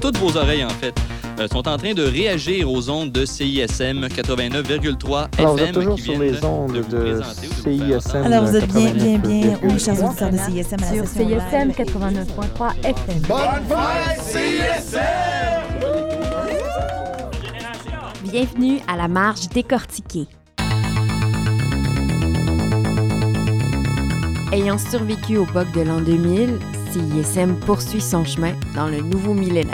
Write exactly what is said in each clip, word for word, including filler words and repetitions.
toutes vos oreilles, en fait, euh, sont en train de réagir aux ondes de C I S M quatre-vingt-neuf virgule trois F M. Alors, vous êtes toujours qui sur viennent les ondes de, de C I S M. Alors, vous êtes bien, bien, bien, oui, chers auditeurs de C I S M, à la sur C I S M quatre-vingt-neuf virgule trois F M. Bonne fête, C I S M! Bienvenue à la marge décortiquée. Ayant survécu au bug de l'an deux mille, C I S M poursuit son chemin dans le nouveau millénaire.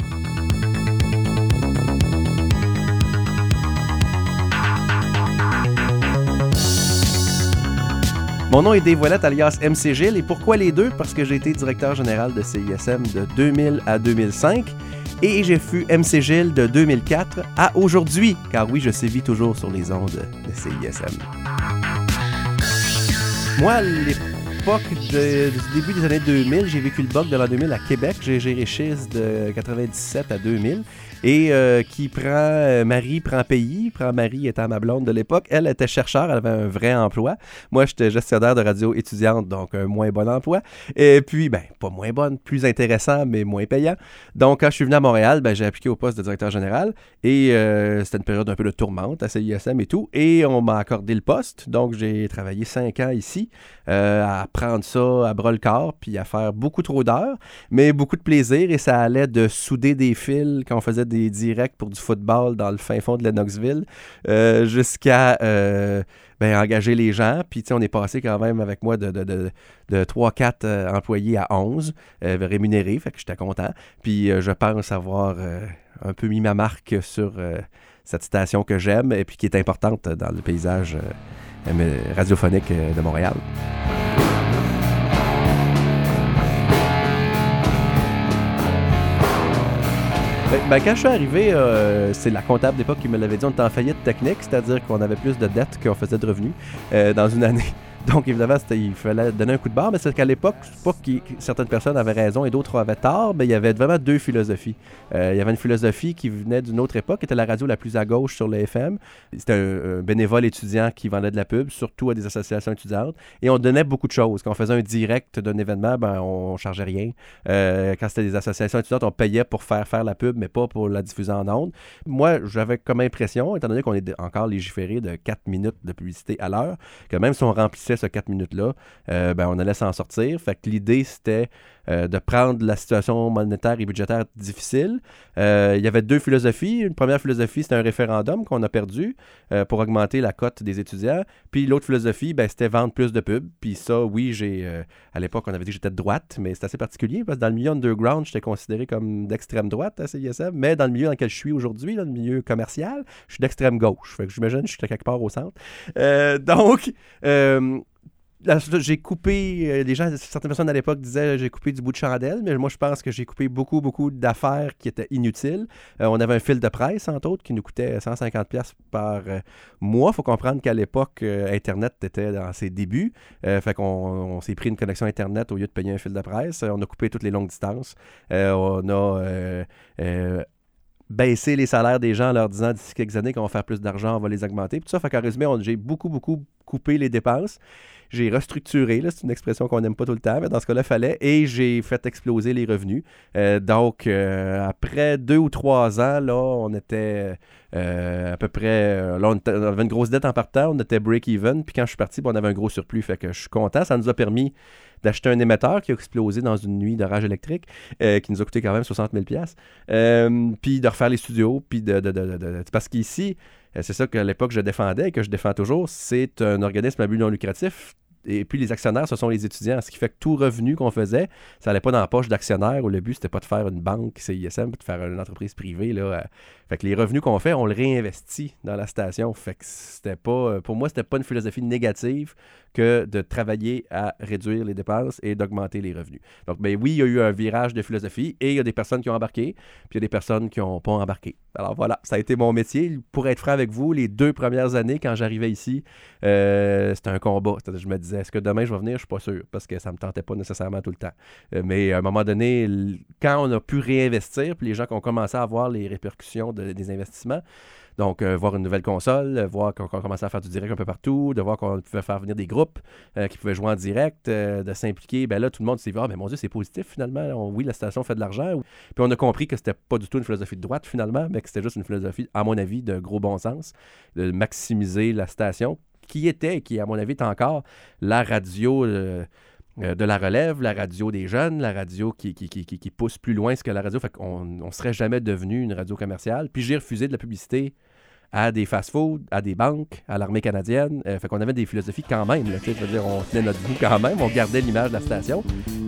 Mon nom est Dave Ouellette, alias M C Gilles. Et pourquoi les deux? Parce que j'ai été directeur général de C I S M de deux mille à deux mille cinq et j'ai fut M C Gilles de deux mille quatre à aujourd'hui, car oui, je sévis toujours sur les ondes de C I S M. Moi, à l'époque de, du début des années deux mille, j'ai vécu le bug de l'an deux mille à Québec. J'ai géré Chiz de quatre-vingt-dix-sept à deux mille. Et euh, qui prend euh, Marie prend pays, prend Marie étant ma blonde de l'époque. Elle était chercheure, elle avait un vrai emploi. Moi, j'étais gestionnaire de radio étudiante, donc un moins bon emploi. Et puis, ben, pas moins bonne, plus intéressant, mais moins payant. Donc, quand je suis venu à Montréal, ben, j'ai appliqué au poste de directeur général. Et euh, c'était une période un peu de tourmente à C I S M et tout. Et on m'a accordé le poste. Donc, j'ai travaillé cinq ans ici euh, à prendre ça à bras-le-corps, puis à faire beaucoup trop d'heures, mais beaucoup de plaisir. Et ça allait de souder des fils quand on faisait des directs pour du football dans le fin fond de Lennoxville, euh, jusqu'à euh, ben, engager les gens. Puis, tu sais, on est passé quand même avec moi de, de, de, de trois quatre euh, employés à onze euh, rémunérés, fait que j'étais content. Puis, euh, je pense avoir euh, un peu mis ma marque sur euh, cette station que j'aime et puis qui est importante dans le paysage euh, radiophonique euh, de Montréal. Ben, quand je suis arrivé, euh, c'est la comptable d'époque qui me l'avait dit, on était en faillite technique, c'est-à-dire qu'on avait plus de dettes qu'on faisait de revenus euh, dans une année. Donc, évidemment, il fallait donner un coup de barre, mais c'est qu'à l'époque, c'est pas que certaines personnes avaient raison et d'autres avaient tort, mais il y avait vraiment deux philosophies. Euh, il y avait une philosophie qui venait d'une autre époque, qui était la radio la plus à gauche sur le F M. C'était un, un bénévole étudiant qui vendait de la pub, surtout à des associations étudiantes, et on donnait beaucoup de choses. Quand on faisait un direct d'un événement, ben, on chargeait rien. Euh, quand c'était des associations étudiantes, on payait pour faire faire la pub, mais pas pour la diffuser en ondes. Moi, j'avais comme impression, étant donné qu'on est encore légiféré de quatre minutes de publicité à l'heure, que même si on remplissait ce quatre minutes-là, euh, ben, on allait s'en sortir. Fait que l'idée, c'était euh, de prendre la situation monétaire et budgétaire difficile. Euh, il y avait deux philosophies. Une première philosophie, c'était un référendum qu'on a perdu euh, pour augmenter la cote des étudiants. Puis l'autre philosophie, ben, c'était vendre plus de pubs. Puis ça, oui, j'ai... Euh, à l'époque, on avait dit que j'étais de droite, mais c'est assez particulier parce que dans le milieu underground, j'étais considéré comme d'extrême droite à C I S M, mais dans le milieu dans lequel je suis aujourd'hui, dans le milieu commercial, je suis d'extrême gauche. Fait que j'imagine que je suis quelque part au centre. Euh, donc... Euh, Là, j'ai coupé, euh, les gens, certaines personnes à l'époque disaient j'ai coupé du bout de chandelle, mais moi je pense que j'ai coupé beaucoup, beaucoup d'affaires qui étaient inutiles. Euh, on avait un fil de presse, entre autres, qui nous coûtait cent cinquante dollars par euh, mois. Il faut comprendre qu'à l'époque, euh, Internet était dans ses débuts. Euh, fait qu'on on s'est pris une connexion Internet au lieu de payer un fil de presse. On a coupé toutes les longues distances. Euh, on a... Euh, euh, baisser les salaires des gens en leur disant d'ici quelques années qu'on va faire plus d'argent, on va les augmenter. Puis tout ça, fait qu'en résumé, on, j'ai beaucoup, beaucoup coupé les dépenses. J'ai restructuré, là, c'est une expression qu'on n'aime pas tout le temps, mais dans ce cas-là, il fallait, et j'ai fait exploser les revenus. Euh, donc, euh, après deux ou trois ans, là, on était euh, à peu près... Là, on, était, on avait une grosse dette en partant, on était break-even, puis quand je suis parti, ben, on avait un gros surplus, fait que je suis content. Ça nous a permis d'acheter un émetteur qui a explosé dans une nuit d'orage électrique, euh, qui nous a coûté quand même soixante mille dollars, euh, puis de refaire les studios, puis de, de, de, de, de... Parce qu'ici, c'est ça qu'à l'époque je défendais et que je défends toujours, c'est un organisme à but non lucratif. Et puis les actionnaires, ce sont les étudiants. Ce qui fait que tout revenu qu'on faisait, ça n'allait pas dans la poche d'actionnaires où le but, c'était pas de faire une banque C I S M, de faire une entreprise privée. Là. Fait que les revenus qu'on fait, on le réinvestit dans la station. Fait que c'était pas, pour moi, c'était pas une philosophie négative que de travailler à réduire les dépenses et d'augmenter les revenus. Donc, ben oui, il y a eu un virage de philosophie et il y a des personnes qui ont embarqué, puis il y a des personnes qui n'ont pas embarqué. Alors voilà, ça a été mon métier. Pour être franc avec vous, les deux premières années, quand j'arrivais ici, euh, c'était un combat. C'est-à-dire, je me disais, est-ce que demain je vais venir? Je suis pas sûr, parce que ça me tentait pas nécessairement tout le temps. Euh, mais à un moment donné, quand on a pu réinvestir, puis les gens qui ont commencé à voir les répercussions de, des investissements, Donc, euh, voir une nouvelle console, euh, voir qu'on, qu'on commençait à faire du direct un peu partout, de voir qu'on pouvait faire venir des groupes euh, qui pouvaient jouer en direct, euh, de s'impliquer. Ben là, tout le monde s'est dit « Ah, ben mon Dieu, c'est positif finalement. On, oui, la station fait de l'argent. » Puis on a compris que c'était pas du tout une philosophie de droite finalement, mais que c'était juste une philosophie, à mon avis, de gros bon sens, de maximiser la station, qui était, et qui, à mon avis, est encore la radio... Euh, Euh, de la relève, la radio des jeunes, la radio qui, qui, qui, qui pousse plus loin que la radio. Fait qu'on ne serait jamais devenu une radio commerciale. Puis j'ai refusé de la publicité à des fast-foods, à des banques, à l'armée canadienne. Euh, fait qu'on avait des philosophies quand même. Là, je veux dire, on tenait notre bout quand même. On gardait l'image de la station.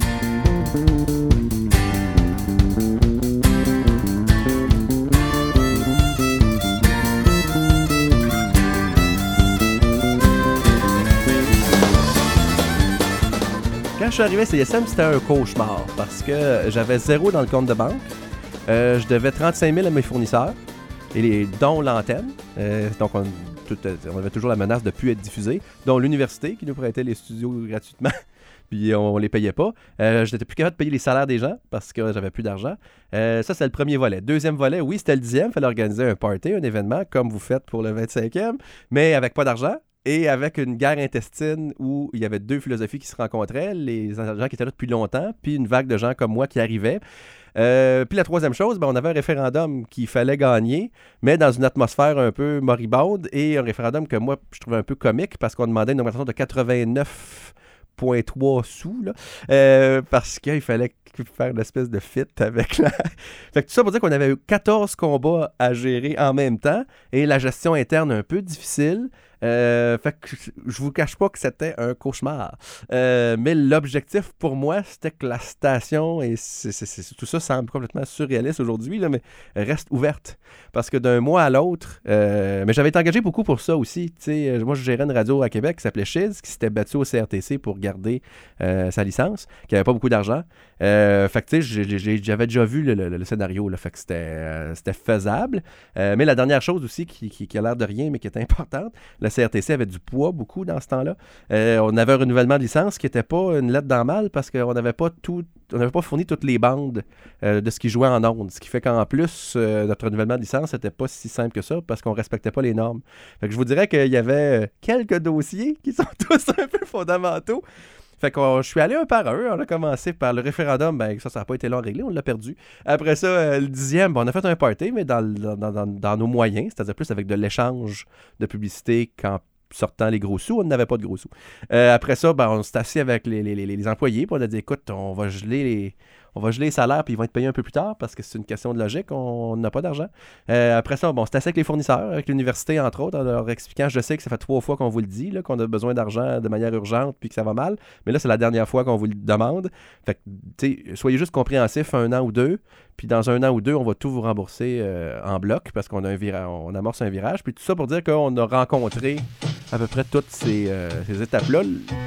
Quand je suis arrivé à C I S M, c'était un cauchemar parce que j'avais zéro dans le compte de banque. Euh, je devais trente-cinq mille à mes fournisseurs, et les, dont l'antenne. Euh, donc, on, tout, on avait toujours la menace de ne plus être diffusé, dont l'université qui nous prêtait les studios gratuitement. Puis on, on les payait pas. Euh, je n'étais plus capable de payer les salaires des gens parce que j'avais plus d'argent. Euh, ça, c'est le premier volet. Deuxième volet, oui, c'était le dixième. Il fallait organiser un party, un événement, comme vous faites pour le vingt-cinquième, mais avec pas d'argent. Et avec une guerre intestine où il y avait deux philosophies qui se rencontraient, les gens qui étaient là depuis longtemps, puis une vague de gens comme moi qui arrivaient. Euh, puis la troisième chose, ben, on avait un référendum qu'il fallait gagner, mais dans une atmosphère un peu moribonde, et un référendum que moi, je trouvais un peu comique, parce qu'on demandait une augmentation de quatre-vingt-neuf virgule trois sous, là, euh, parce qu'il fallait faire une espèce de fit avec la... Fait que tout ça pour dire qu'on avait eu quatorze combats à gérer en même temps, et la gestion interne un peu difficile. Euh, fait que je vous cache pas que c'était un cauchemar. Euh, mais l'objectif pour moi, c'était que la station, et c'est, c'est, c'est, tout ça semble complètement surréaliste aujourd'hui, là, mais reste ouverte. Parce que d'un mois à l'autre, euh, mais j'avais été engagé beaucoup pour ça aussi. T'sais, moi, je gérais une radio à Québec qui s'appelait Shiz, qui s'était battue au C R T C pour garder euh, sa licence, qui n'avait pas beaucoup d'argent. Euh, fait que tu sais, j'ai, j'ai, j'avais déjà vu le, le, le scénario, là, fait que c'était, euh, c'était faisable. Euh, mais la dernière chose aussi, qui, qui, qui a l'air de rien, mais qui est importante, le C R T C avait du poids beaucoup dans ce temps-là. Euh, on avait un renouvellement de licence qui n'était pas une lettre dans le mal parce qu'on n'avait pas tout, on n'avait pas fourni toutes les bandes euh, de ce qui jouait en ondes. Ce qui fait qu'en plus, euh, notre renouvellement de licence n'était pas si simple que ça parce qu'on ne respectait pas les normes. Fait que je vous dirais qu'il y avait quelques dossiers qui sont tous un peu fondamentaux. Fait que je suis allé un par un. On a commencé par le référendum. Ben, ça, ça n'a pas été long à régler. On l'a perdu. Après ça, euh, le dixième, ben, on a fait un party, mais dans, dans, dans, dans nos moyens, c'est-à-dire plus avec de l'échange de publicité qu'en sortant les gros sous. On n'avait pas de gros sous. Euh, après ça, ben, on s'est assis avec les, les, les, les employés. Puis on a dit, écoute, on va geler les... On va geler les salaires, puis ils vont être payés un peu plus tard parce que c'est une question de logique, on n'a pas d'argent. Euh, après ça, bon, c'est assez avec les fournisseurs, avec l'université, entre autres, en leur expliquant, je sais que ça fait trois fois qu'on vous le dit, là, qu'on a besoin d'argent de manière urgente, puis que ça va mal, mais là, c'est la dernière fois qu'on vous le demande. Fait que, tu sais, soyez juste compréhensifs un an ou deux, puis dans un an ou deux, on va tout vous rembourser euh, en bloc parce qu'on a un vira- on amorce un virage, puis tout ça pour dire qu'on a rencontré à peu près toutes ces, euh, ces étapes-là.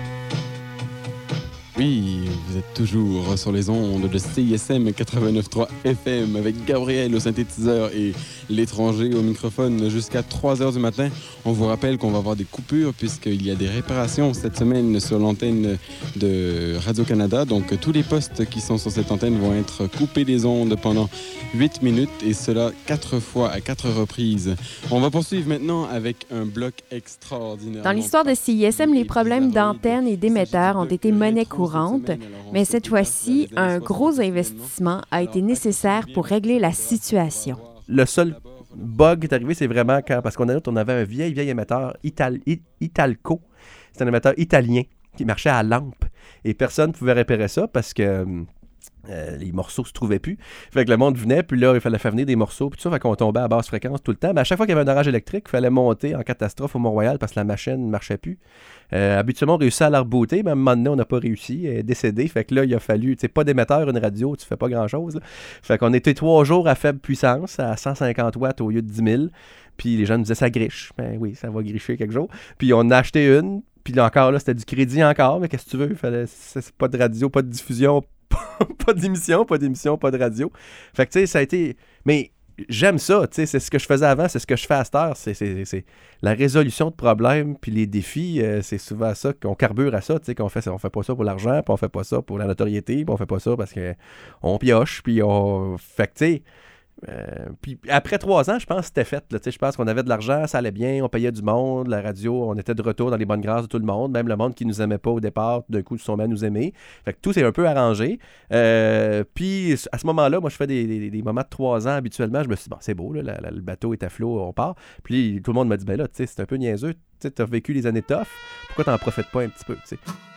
Oui, vous êtes toujours sur les ondes de C I S M quatre-vingt-neuf virgule trois F M avec Gabriel au synthétiseur et l'étranger au microphone jusqu'à trois heures du matin. On vous rappelle qu'on va avoir des coupures puisqu'il y a des réparations cette semaine sur l'antenne de Radio-Canada. Donc tous les postes qui sont sur cette antenne vont être coupés des ondes pendant huit minutes et cela quatre fois à quatre reprises. On va poursuivre maintenant avec un bloc extraordinaire. Dans l'histoire de C I S M, les problèmes d'antennes et d'émetteurs ont été monnaie courante. Mais cette fois-ci, un gros investissement a été nécessaire pour régler la situation. Le seul bug qui est arrivé, c'est vraiment quand, parce qu'on a, on avait un vieil, vieil émetteur Ital, Italco. C'est un émetteur italien qui marchait à lampe. Et personne ne pouvait repérer ça parce que euh, les morceaux se trouvaient plus. Fait que le monde venait, puis là, il fallait faire venir des morceaux, puis tout ça, fait qu'on tombait à basse fréquence tout le temps. Mais à chaque fois qu'il y avait un orage électrique, il fallait monter en catastrophe au Mont-Royal parce que la machine ne marchait plus. Euh, habituellement, on réussit à la rebooter, mais à un moment donné, on n'a pas réussi, elle est décédée. Fait que là, il a fallu, tu sais, pas d'émetteur, une radio, tu fais pas grand-chose. Là. Fait qu'on était trois jours à faible puissance, à cent cinquante watts au lieu de dix mille. Puis les gens nous disaient, ça griche. Ben oui, ça va gricher quelques jours. Puis on a acheté une, puis là encore, là, c'était du crédit encore, mais qu'est-ce que tu veux? Fallait, c'est pas de radio, pas de diffusion, pas d'émission, pas d'émission, pas de radio. Fait que tu sais, ça a été... Mais j'aime ça, tu sais, c'est ce que je faisais avant, c'est ce que je fais à cette heure, c'est, c'est, c'est la résolution de problèmes, puis les défis, euh, c'est souvent ça, qu'on carbure à ça, tu sais, qu'on fait, on fait pas ça pour l'argent, puis on fait pas ça pour la notoriété, puis on fait pas ça parce qu'on pioche, puis on... Fait que tu sais, Euh, puis après trois ans, je pense que c'était fait. Là, je pense qu'on avait de l'argent, ça allait bien, on payait du monde, la radio, on était de retour dans les bonnes grâces de tout le monde, même le monde qui nous aimait pas au départ, d'un coup, ils se sont mis à nous aimer. Fait que tout s'est un peu arrangé. Euh, puis à ce moment-là, moi, je fais des, des, des moments de trois ans habituellement. Je me suis dit, bon, c'est beau, là, la, la, le bateau est à flot, on part. Puis tout le monde m'a dit, ben là, tu sais, c'est un peu niaiseux, tu sais, t'as vécu les années tough, pourquoi t'en profites pas un petit peu, tu sais?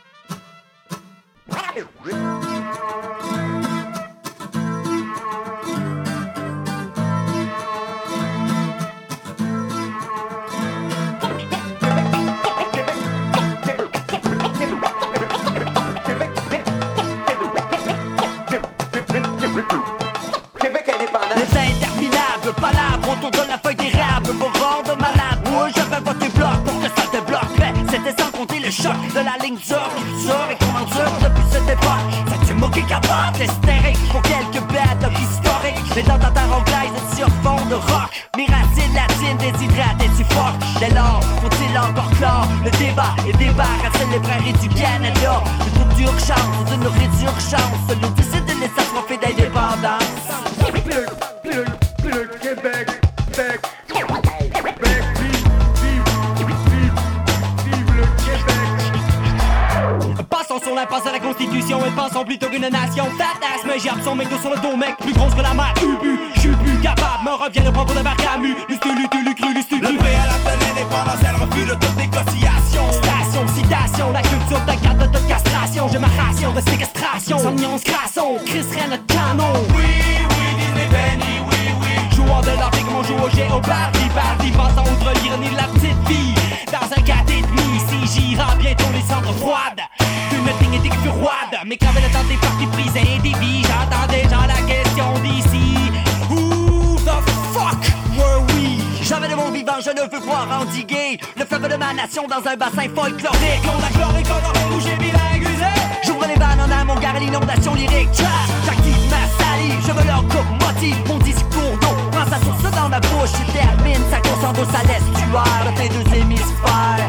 Palabres autour de la feuille d'érable, vos rendre malade. Moi j'avais voté bloc pour que ça débloque. Mais c'était sans compter le choc de la ligne dure qui dure et comment dure depuis cette époque. Ça t'est moqué capable d'hystérique pour quelques bêtes historiques. Mais dans ta terre anglaise sur fond de rock, mes racines latines déshydratées tu fuck. Dès lors, faut-il encore clore le débat et débarrasser les prairies du Canada. Le troupe d'urgence ou d'une résurgence, celui décide de laisser profiter d'indépendance. Le Québec, Québec, Québec, vive, vive, vive, vive le Québec. Passons sur l'impasse de la Constitution et pensons plutôt qu'une nation fatasse. Mais j'ai son mec sur le dos, mec, plus grosse que la mer. Ubu, j'suis plus capable, me revient le propre de ma Camus. Le stulu, tu le cru, le stulu. Le prêt à la pleine indépendance, elle refuse de toute négociation. Station, citation, la culture de garde de toute castration. J'ai ma ration de séquestration. Sans nuance crasson, Chris serait notre canon. Oui, oui, Disney Benny, oui. Jouant de leur vie comme on joue au Géopardy, party, passant outre l'ironie de la petite vie. Dans un quatre et demi, si j'ira bientôt les cendres froides. Une ligne était plus roide, mais quand le temps des parties prises indivis, j'entends déjà la question d'ici. Who the fuck were we? Jamais de mon vivant, je ne veux voir endiguer le fleuve de ma nation dans un bassin folklorique. On a chloré, coloré, rouge et bilinguisé. J'ouvre les vannes en amont, gare l'inondation lyrique. J'active ma salive, je me leur coupe, motive mon discours d'eau. Prends sa source dans ma bouche, il termine sa course en dos, sa l'estuaire de tes deux hémisphères.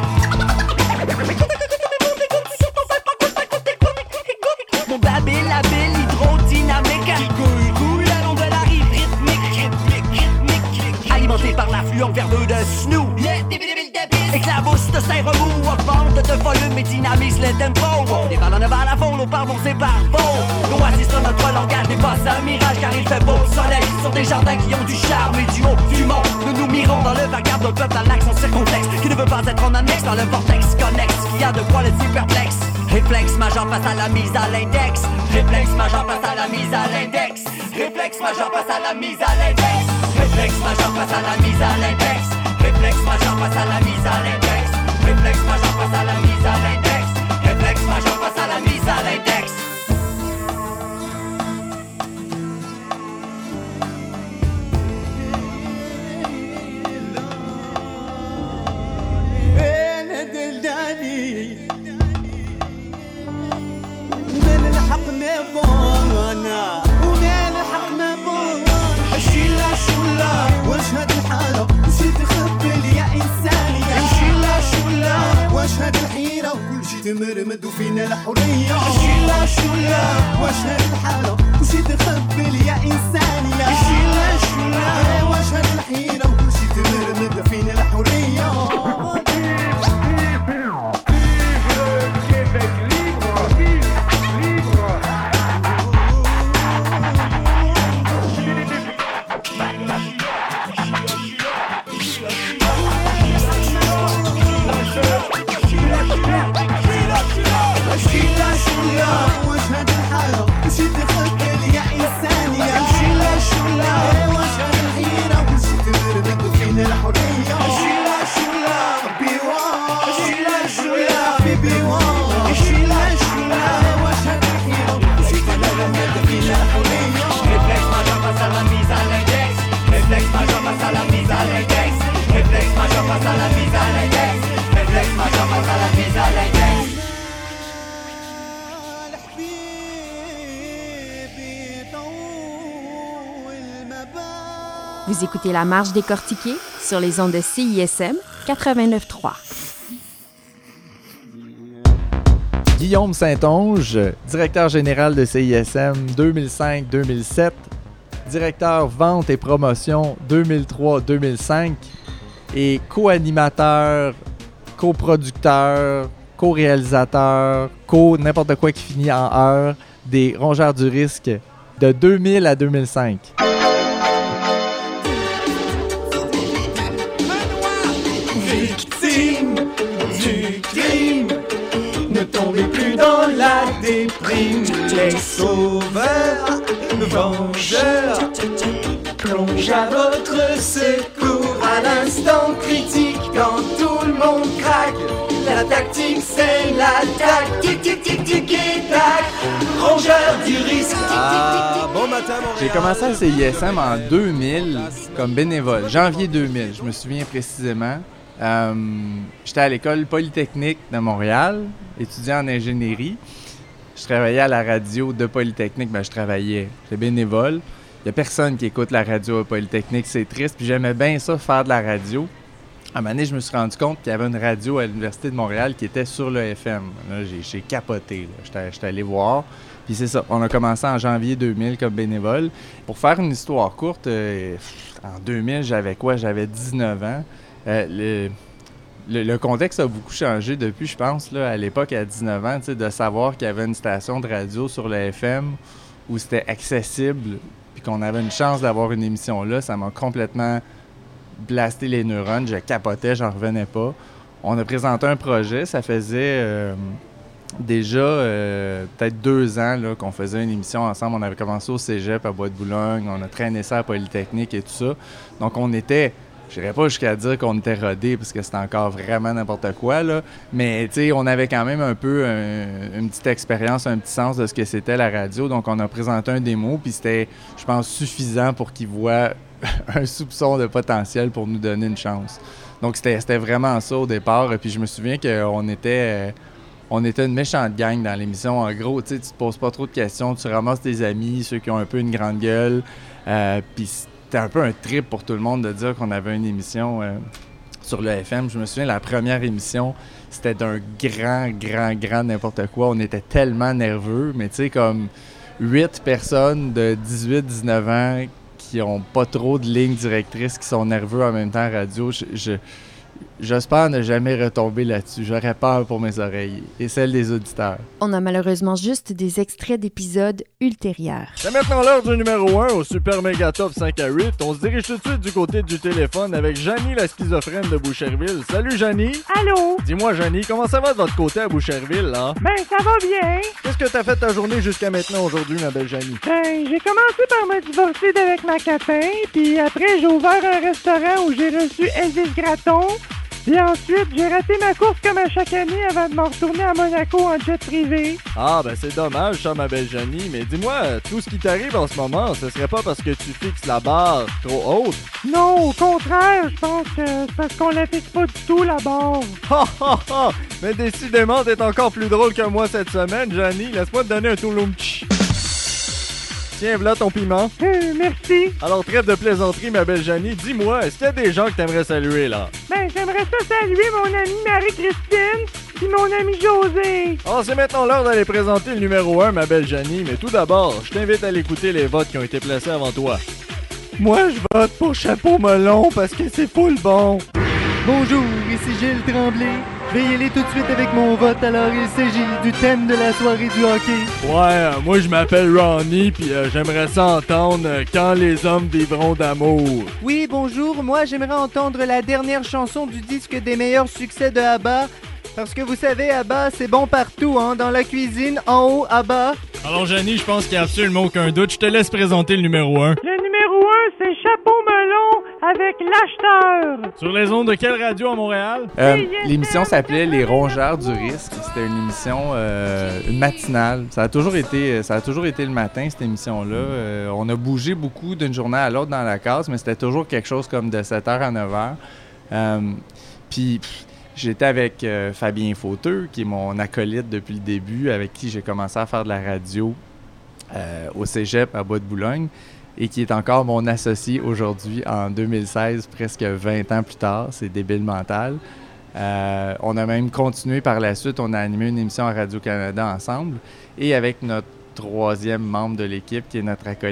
Mon babil, la bille, hydrodynamique. Qui couille, couille, le long de la rive rythmique. Rythmique, rythmique, alimenté par l'affluent verbeux de Snoop. Éclabousse de ses remous, augmente de volume et dynamise le tempo. On dévale en aval à fond, nos pardons c'est par faux. L'oasis de notre langage n'est pas un mirage car il fait beau soleil sur des jardins qui ont du charme et du haut du monde. Nous nous mirons dans le vacarme d'un peuple à l'accent circonflexe qui ne veut pas être en annexe dans le vortex connexe qui a de quoi le superplexe. Réflexe majeur face à la mise à l'index. Réflexe majeur face à la mise à l'index. Réflexe majeur face à la mise à l'index. Réflexe majeur face à la mise à l'index. Réflexe majeur face à la mise à l'index. Réflexe majeur face à la mise à l'index. Réflexe majeur face à la mise à l'index. واشهد الحالة وشي تخبل يا إنساني امشي لا شولا واشهد الحيرة وكل شي تمرمد وفينا الحرية امشي لا شولا واشهد الحالة وشي تخبل يا إنساني امشي لا شولا واشهد الحيرة وكل شي تمرمد وفينا الحرية واشهد الحالة وشي تخبل يا إنساني امشي لا شولا واشهد الحيرة وشي تمرمد وفينا الحرية امشي لا شولا بيوان امشي لا شولا بيوان امشي لا شولا واشهد الحيرة وشي تمرمد وفينا الحرية Réflexe majeur face à la mise à l'index. Réflexe majeur face à la mise à l'index. Réflexe majeur face à la mise à l'index. Réflexe majeur face à la mise à l'index. Vous écoutez La Marche décortiquée sur les ondes de C I S M quatre-vingt-neuf trois. Guillaume Saint-Onge, directeur général de C I S M deux mille cinq deux mille sept. directeur vente et promotion deux mille trois deux mille cinq et co-animateur, coproducteur, co-réalisateur, co n'importe quoi qui finit en heure des Rongeurs du Risque de deux mille à deux mille cinq. Victime du crime, ne tombez plus dans la déprime. Les sauveurs, vengeurs, plonge à votre secours à l'instant critique quand tout le monde craque. La tactique c'est l'attaque, tic tic tic tic et tac. Rongeur du risque. Ah, bon matin, J'ai commencé à C I S M en deux mille comme bénévole, janvier deux mille, je me souviens précisément. Euh, j'étais à l'école Polytechnique de Montréal, étudiant en ingénierie. Je travaillais à la radio de Polytechnique, ben je travaillais, j'étais bénévole. Il n'y a personne qui écoute la radio à Polytechnique, c'est triste, puis j'aimais bien ça, faire de la radio. À un moment donné, je me suis rendu compte qu'il y avait une radio à l'Université de Montréal qui était sur le F M. Là, j'ai, j'ai capoté, là. J'étais allé voir. Puis c'est ça, on a commencé en janvier deux mille comme bénévole. Pour faire une histoire courte, euh, en deux mille, j'avais quoi? J'avais dix-neuf ans. Euh, le, le, le contexte a beaucoup changé depuis, je pense, là, à l'époque, à dix-neuf ans, de savoir qu'il y avait une station de radio sur le F M où c'était accessible puis qu'on avait une chance d'avoir une émission là, ça m'a complètement blasté les neurones. Je capotais, j'en revenais pas. On a présenté un projet, ça faisait euh, déjà euh, peut-être deux ans là, qu'on faisait une émission ensemble. On avait commencé au Cégep à Bois-de-Boulogne, on a traîné ça à Polytechnique et tout ça. Donc on était... Je n'irais pas jusqu'à dire qu'on était rodés parce que c'était encore vraiment n'importe quoi, là. Mais, tu sais, on avait quand même un peu un, une petite expérience, un petit sens de ce que c'était la radio. Donc, on a présenté un démo, puis c'était, je pense, suffisant pour qu'ils voient un soupçon de potentiel pour nous donner une chance. Donc, c'était, c'était vraiment ça au départ. Puis, je me souviens qu'on était... Euh, on était une méchante gang dans l'émission. En gros, tu sais, tu te poses pas trop de questions. Tu ramasses tes amis, ceux qui ont un peu une grande gueule. Euh, puis, c'était un peu un trip pour tout le monde de dire qu'on avait une émission euh, sur le F M. Je me souviens, la première émission, c'était d'un grand, grand, grand n'importe quoi. On était tellement nerveux, mais tu sais, comme huit personnes de dix-huit dix-neuf ans qui ont pas trop de lignes directrices, qui sont nerveux en même temps à radio. Je, je, j'espère ne jamais retomber là-dessus. J'aurais peur pour mes oreilles et celles des auditeurs. On a malheureusement juste des extraits d'épisodes ultérieurs. C'est maintenant l'heure du numéro un au Super Méga Top cinq à huit. On se dirige tout de suite du côté du téléphone avec Janie, la schizophrène de Boucherville. Salut Janie! Allô? Dis-moi Janie, comment ça va de votre côté à Boucherville, là? Ben, ça va bien. Qu'est-ce que t'as fait ta journée jusqu'à maintenant aujourd'hui, ma belle Janie? Ben, j'ai commencé par me divorcer d'avec ma catin, puis après j'ai ouvert un restaurant où j'ai reçu Elvis Gratton. Puis ensuite, j'ai raté ma course comme à chaque année avant de m'en retourner à Monaco en jet privé. Ah, ben c'est dommage ça, ma belle Janie, mais dis-moi, tout ce qui t'arrive en ce moment, ce serait pas parce que tu fixes la barre trop haute? Non, au contraire, je pense que c'est parce qu'on la fixe pas du tout, la barre. Ha ha ha! Mais décidément, t'es encore plus drôle que moi cette semaine, Janie. Laisse-moi te donner un touloum-tch. Tiens, voilà ton piment. Euh, merci. Alors, trêve de plaisanterie, ma belle Janie. Dis-moi, est-ce qu'il y a des gens que t'aimerais saluer, là? Ben, j'aimerais ça saluer mon amie Marie-Christine puis mon ami José. Ah, c'est maintenant l'heure d'aller présenter le numéro un, ma belle Janie. Mais tout d'abord, je t'invite à l'écouter les votes qui ont été placés avant toi. Moi, je vote pour Chapeau Melon parce que c'est full bon. Bonjour, ici Gilles Tremblay. Je vais y aller tout de suite avec mon vote, alors il s'agit du thème de la soirée du hockey. Ouais, euh, moi je m'appelle Ronnie, puis euh, j'aimerais ça entendre euh, Quand les hommes vivront d'amour. Oui, bonjour, moi j'aimerais entendre la dernière chanson du disque des meilleurs succès de ABBA. Parce que vous savez, ABBA, c'est bon partout, hein, dans la cuisine, en haut, ABBA. Alors Janie, je pense qu'il n'y a absolument aucun doute, je te laisse présenter le numéro un. Le numéro un, c'est Chapeau Melon avec L'Acheteur. Sur les ondes de quelle radio à Montréal? Euh, l'émission s'appelait Les Rongeurs du Risque. C'était une émission euh, une matinale. Ça a toujours été, ça a toujours été le matin, cette émission-là. Euh, on a bougé beaucoup d'une journée à l'autre dans la case, mais c'était toujours quelque chose comme de sept heures à neuf heures. Euh, Puis... J'étais avec euh, Fabien Fauteux, qui est mon acolyte depuis le début, avec qui j'ai commencé à faire de la radio euh, au Cégep à Bois-de-Boulogne et qui est encore mon associé aujourd'hui en deux mille seize, presque vingt ans plus tard. C'est débile mental. Euh, on a même continué par la suite. On a animé une émission à Radio-Canada ensemble et avec notre troisième membre de l'équipe, qui est notre acolyte,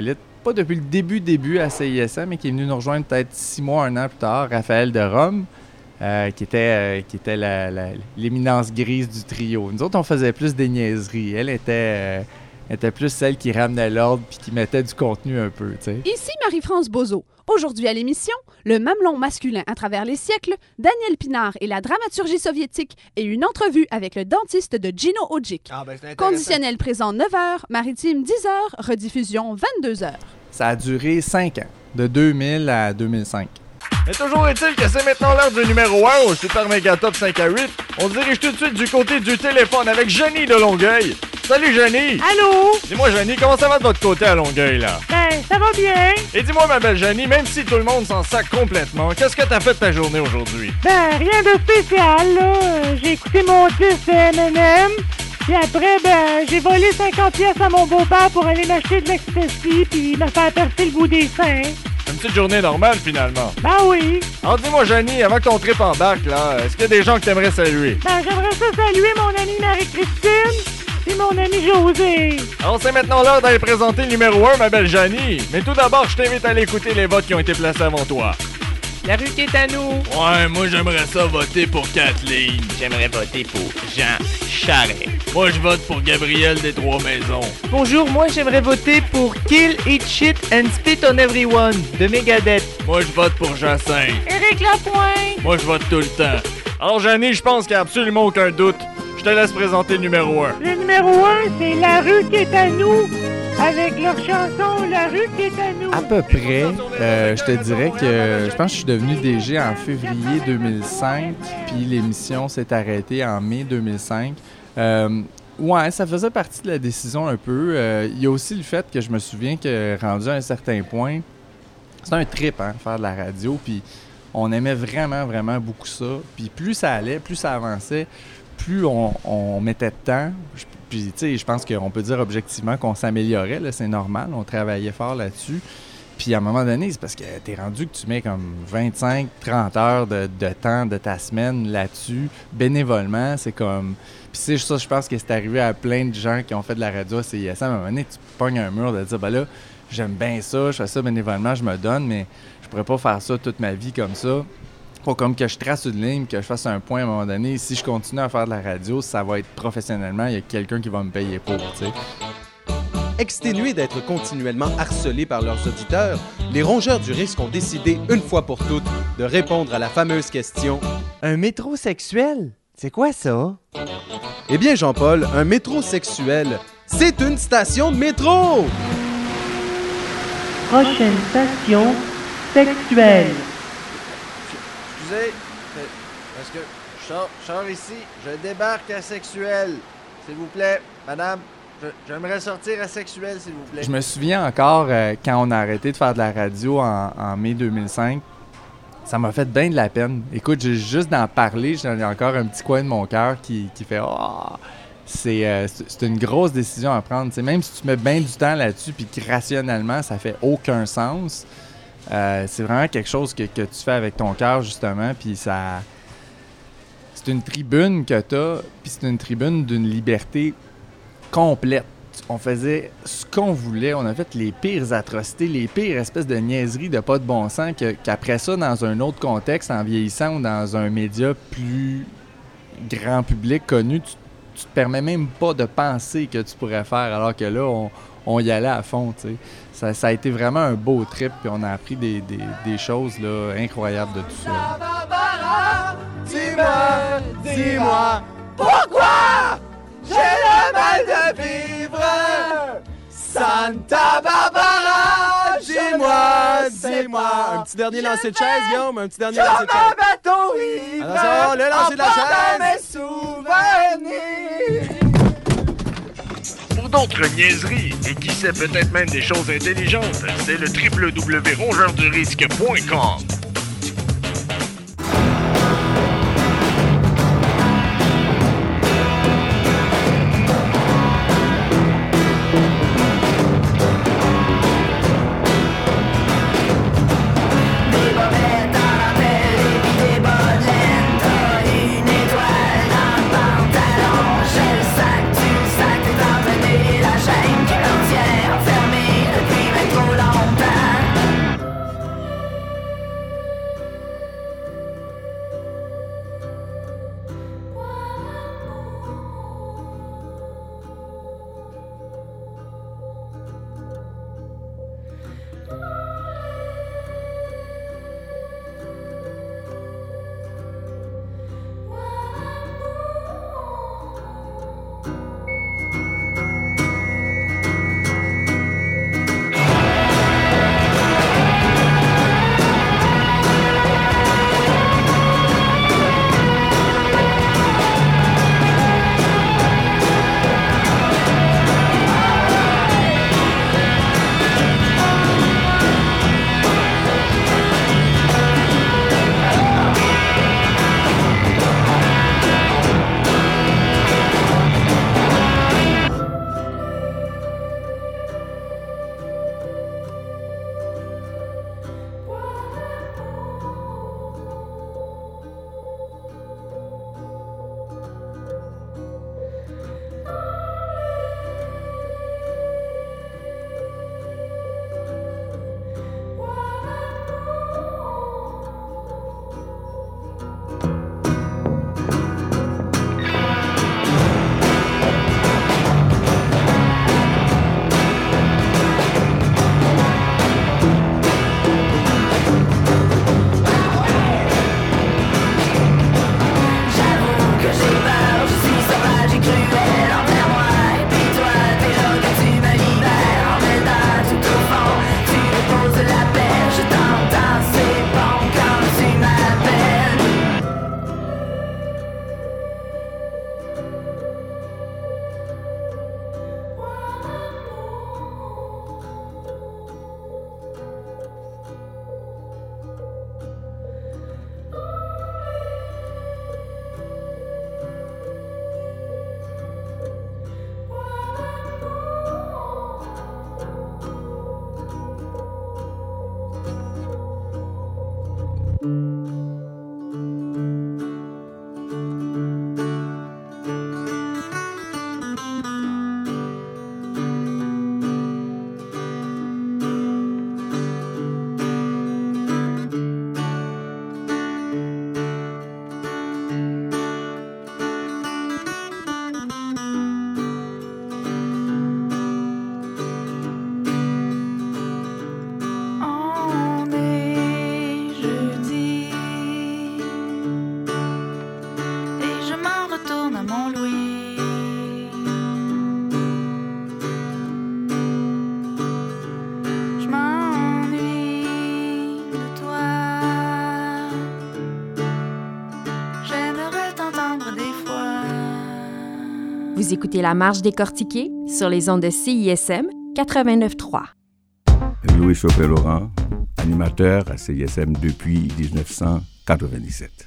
pas depuis le début, début à C I S M, mais qui est venu nous rejoindre peut-être six mois, un an plus tard, Raphaël de Rome, euh, qui était, euh, qui était la, la, l'éminence grise du trio. Nous autres, on faisait plus des niaiseries. Elle était, euh, était plus celle qui ramenait l'ordre puis qui mettait du contenu un peu, tu sais. Ici Marie-France Bozo. Aujourd'hui à l'émission, le mamelon masculin à travers les siècles, Daniel Pinard et la dramaturgie soviétique et une entrevue avec le dentiste de Gino Odjick. Ah ben, c'est Conditionnel présent neuf heures, maritime dix heures, rediffusion vingt-deux heures. Ça a duré cinq ans, de deux mille à deux mille cinq. Mais toujours est-il que c'est maintenant l'heure du numéro un au Super Mega Top cinq à huit. On se dirige tout de suite du côté du téléphone avec Jenny de Longueuil. Salut Jenny! Allô? Dis-moi Jenny, comment ça va de votre côté à Longueuil là? Ben, ça va bien. Et dis-moi ma belle Jenny, même si tout le monde s'en sac complètement, qu'est-ce que t'as fait de ta journée aujourd'hui? Ben, rien de spécial, là. Euh, J'ai écouté mon disque de M and M. Puis après, ben, j'ai volé cinquante pièces à mon beau-père pour aller m'acheter de l'ecstasy puis me faire percer le bout des seins. Une petite journée normale finalement. Ben oui. Alors dis-moi Jenny, avant que ton trip embarque là, est-ce qu'il y a des gens que t'aimerais saluer? Ben, j'aimerais ça saluer mon amie Marie-Christine et mon ami José. Alors c'est maintenant l'heure d'aller présenter le numéro un, ma belle Jenny. Mais tout d'abord, je t'invite à aller écouter les votes qui ont été placés avant toi. La rue qui est à nous. Ouais, moi j'aimerais ça voter pour Kathleen. J'aimerais voter pour Jean Charest. Moi je vote pour Gabriel des Trois-Maisons. Bonjour, moi j'aimerais voter pour Kill, Eat Shit and Spit on Everyone de Megadeth. Moi je vote pour Jacinthe. Éric Lapointe. Moi je vote tout le temps. Alors Jenny, je pense qu'il n'y a absolument aucun doute. Je te laisse présenter le numéro un. Le numéro un, c'est La rue qui est à nous, avec leur chanson La rue qui est à nous. À peu près, euh, je te dirais que je pense que je suis devenu D G en février deux mille cinq, puis l'émission s'est arrêtée en mai deux mille cinq. Euh, ouais, ça faisait partie de la décision un peu. Euh, il y a aussi le fait que je me souviens que rendu à un certain point, c'est un trip, hein, faire de la radio, puis on aimait vraiment, vraiment beaucoup ça. Puis plus ça allait, plus ça avançait, plus on, on mettait de temps. Je, puis, tu sais, je pense qu'on peut dire objectivement qu'on s'améliorait, là, c'est normal, on travaillait fort là-dessus. Puis à un moment donné, c'est parce que t'es rendu que tu mets comme vingt-cinq trente heures de, de temps de ta semaine là-dessus, bénévolement, c'est comme... Puis c'est ça, je pense que c'est arrivé à plein de gens qui ont fait de la radio à C I S M. À un moment donné, tu pognes un mur de dire, ben là, j'aime bien ça, je fais ça bénévolement, je me donne, mais je pourrais pas faire ça toute ma vie comme ça. Faut comme que je trace une ligne, que je fasse un point à un moment donné. Si je continue à faire de la radio, ça va être professionnellement, il y a quelqu'un qui va me payer pour, tu sais. Exténués d'être continuellement harcelés par leurs auditeurs, les rongeurs du risque ont décidé, une fois pour toutes, de répondre à la fameuse question « Un métrosexuel? C'est quoi ça? » Eh bien, Jean-Paul, un métrosexuel, c'est une station de métro! Prochaine station, sexuelle. Excusez, parce que je sors, je sors ici, je débarque à Sexuel. S'il vous plaît, madame, je, j'aimerais sortir à Sexuel, s'il vous plaît. Je me souviens encore euh, quand on a arrêté de faire de la radio en, en mai deux mille cinq, ça m'a fait bien de la peine. Écoute, j'ai juste d'en parler, j'ai encore un petit coin de mon cœur qui, qui fait « Oh! » C'est, euh, c'est, c'est une grosse décision à prendre. T'sais, même si tu mets bien du temps là-dessus puis que rationnellement, ça fait aucun sens, euh, c'est vraiment quelque chose que, que tu fais avec ton cœur, justement, puis ça... C'est une tribune que t'as, puis c'est une tribune d'une liberté complète. On faisait ce qu'on voulait, on a fait les pires atrocités, les pires espèces de niaiseries de pas de bon sens, que, qu'après ça, dans un autre contexte, en vieillissant ou dans un média plus grand public connu, tu tu te permets même pas de penser que tu pourrais faire, alors que là, on, on y allait à fond, tu sais. Ça, ça a été vraiment un beau trip, puis on a appris des, des, des choses là, incroyables de tout ça. Dis-moi, dis-moi, pourquoi j'ai le mal de vivre? Santa Barbara, dis-moi, dis-moi. Un petit dernier lancer de chaise, Guillaume, un petit dernier lancer de chaise. Comme un bateau ivre, attention, le lancer de la chaise. Mes souvenirs. Pour d'autres niaiseries, et qui sait peut-être même des choses intelligentes, c'est le w w w point rongeur du risque point com. Sac, tu sac, t'as mené la chaîne qui l'entière enfermée depuis bien trop longtemps. Vous écoutez La Marche décortiquée sur les ondes de C I S M quatre-vingt-neuf trois. Louis Chopin-Laurent, animateur à C I S M depuis dix-neuf cent quatre-vingt-dix-sept.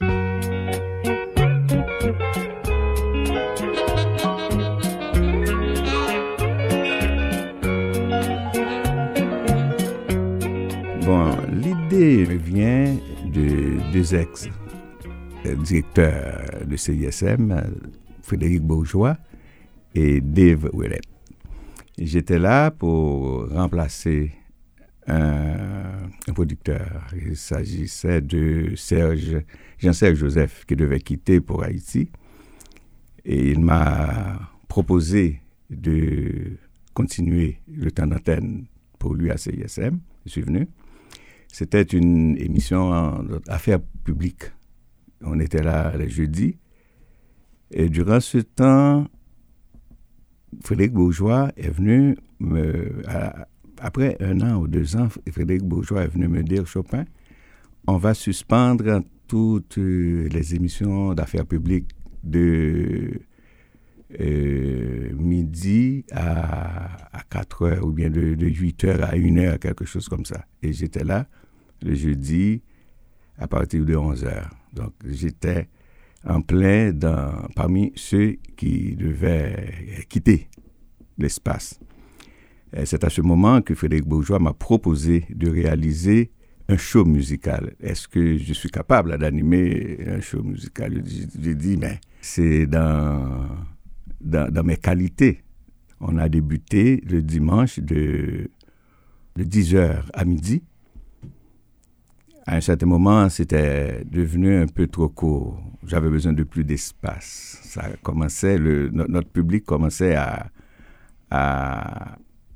Bon, l'idée me vient de deux ex-directeurs de C I S M, Frédéric Bourgeois et Dave Willett. J'étais là pour remplacer un, un producteur. Il s'agissait de Serge, Jean-Serge Joseph, qui devait quitter pour Haïti. Et il m'a proposé de continuer le temps d'antenne pour lui à C I S M. Je suis venu. C'était une émission en affaires publiques. On était là le jeudi. Et durant ce temps, Frédéric Bourgeois est venu, me, à, après un an ou deux ans, Frédéric Bourgeois est venu me dire, Chopin, on va suspendre toutes les émissions d'affaires publiques de euh, midi à, à quatre heures, ou bien de, de huit heures à une heure, quelque chose comme ça. Et j'étais là le jeudi à partir de onze heures. Donc j'étais en plein dans, parmi ceux qui devaient quitter l'espace. Et c'est à ce moment que Frédéric Bourgeois m'a proposé de réaliser un show musical. Est-ce que je suis capable d'animer un show musical? J'ai dit, mais c'est dans, dans, dans mes qualités. On a débuté le dimanche de, de dix heures à midi. À un certain moment, c'était devenu un peu trop court. J'avais besoin de plus d'espace. Ça commençait, le, notre public commençait à, à,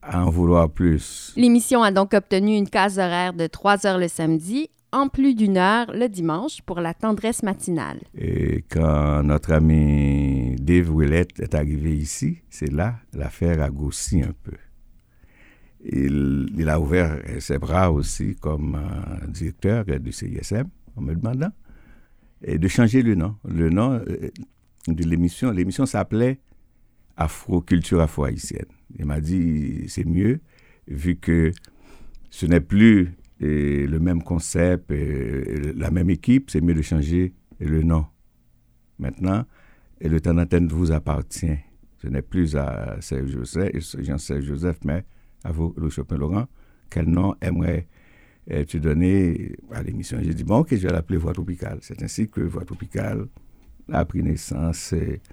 à en vouloir plus. L'émission a donc obtenu une case horaire de trois heures le samedi, en plus d'une heure le dimanche pour la tendresse matinale. Et quand notre ami Dave Willett est arrivé ici, c'est là l'affaire a grossi un peu. Il, il a ouvert ses bras aussi comme euh, directeur du C I S M en me demandant et de changer le nom. Le nom euh, de l'émission, l'émission s'appelait Afro-Culture Afro-Haïtienne. Il m'a dit c'est mieux vu que ce n'est plus et le même concept, et la même équipe, c'est mieux de changer le nom. Maintenant, et le temps d'antenne vous appartient. Ce n'est plus à Serge Joseph, Jean-Serge Joseph, mais à vous, le Chopin-Laurent. Quel nom aimerais-tu donner à l'émission? J'ai dit, bon, ok, je vais l'appeler Voix Tropicale. C'est ainsi que Voix Tropicale a pris naissance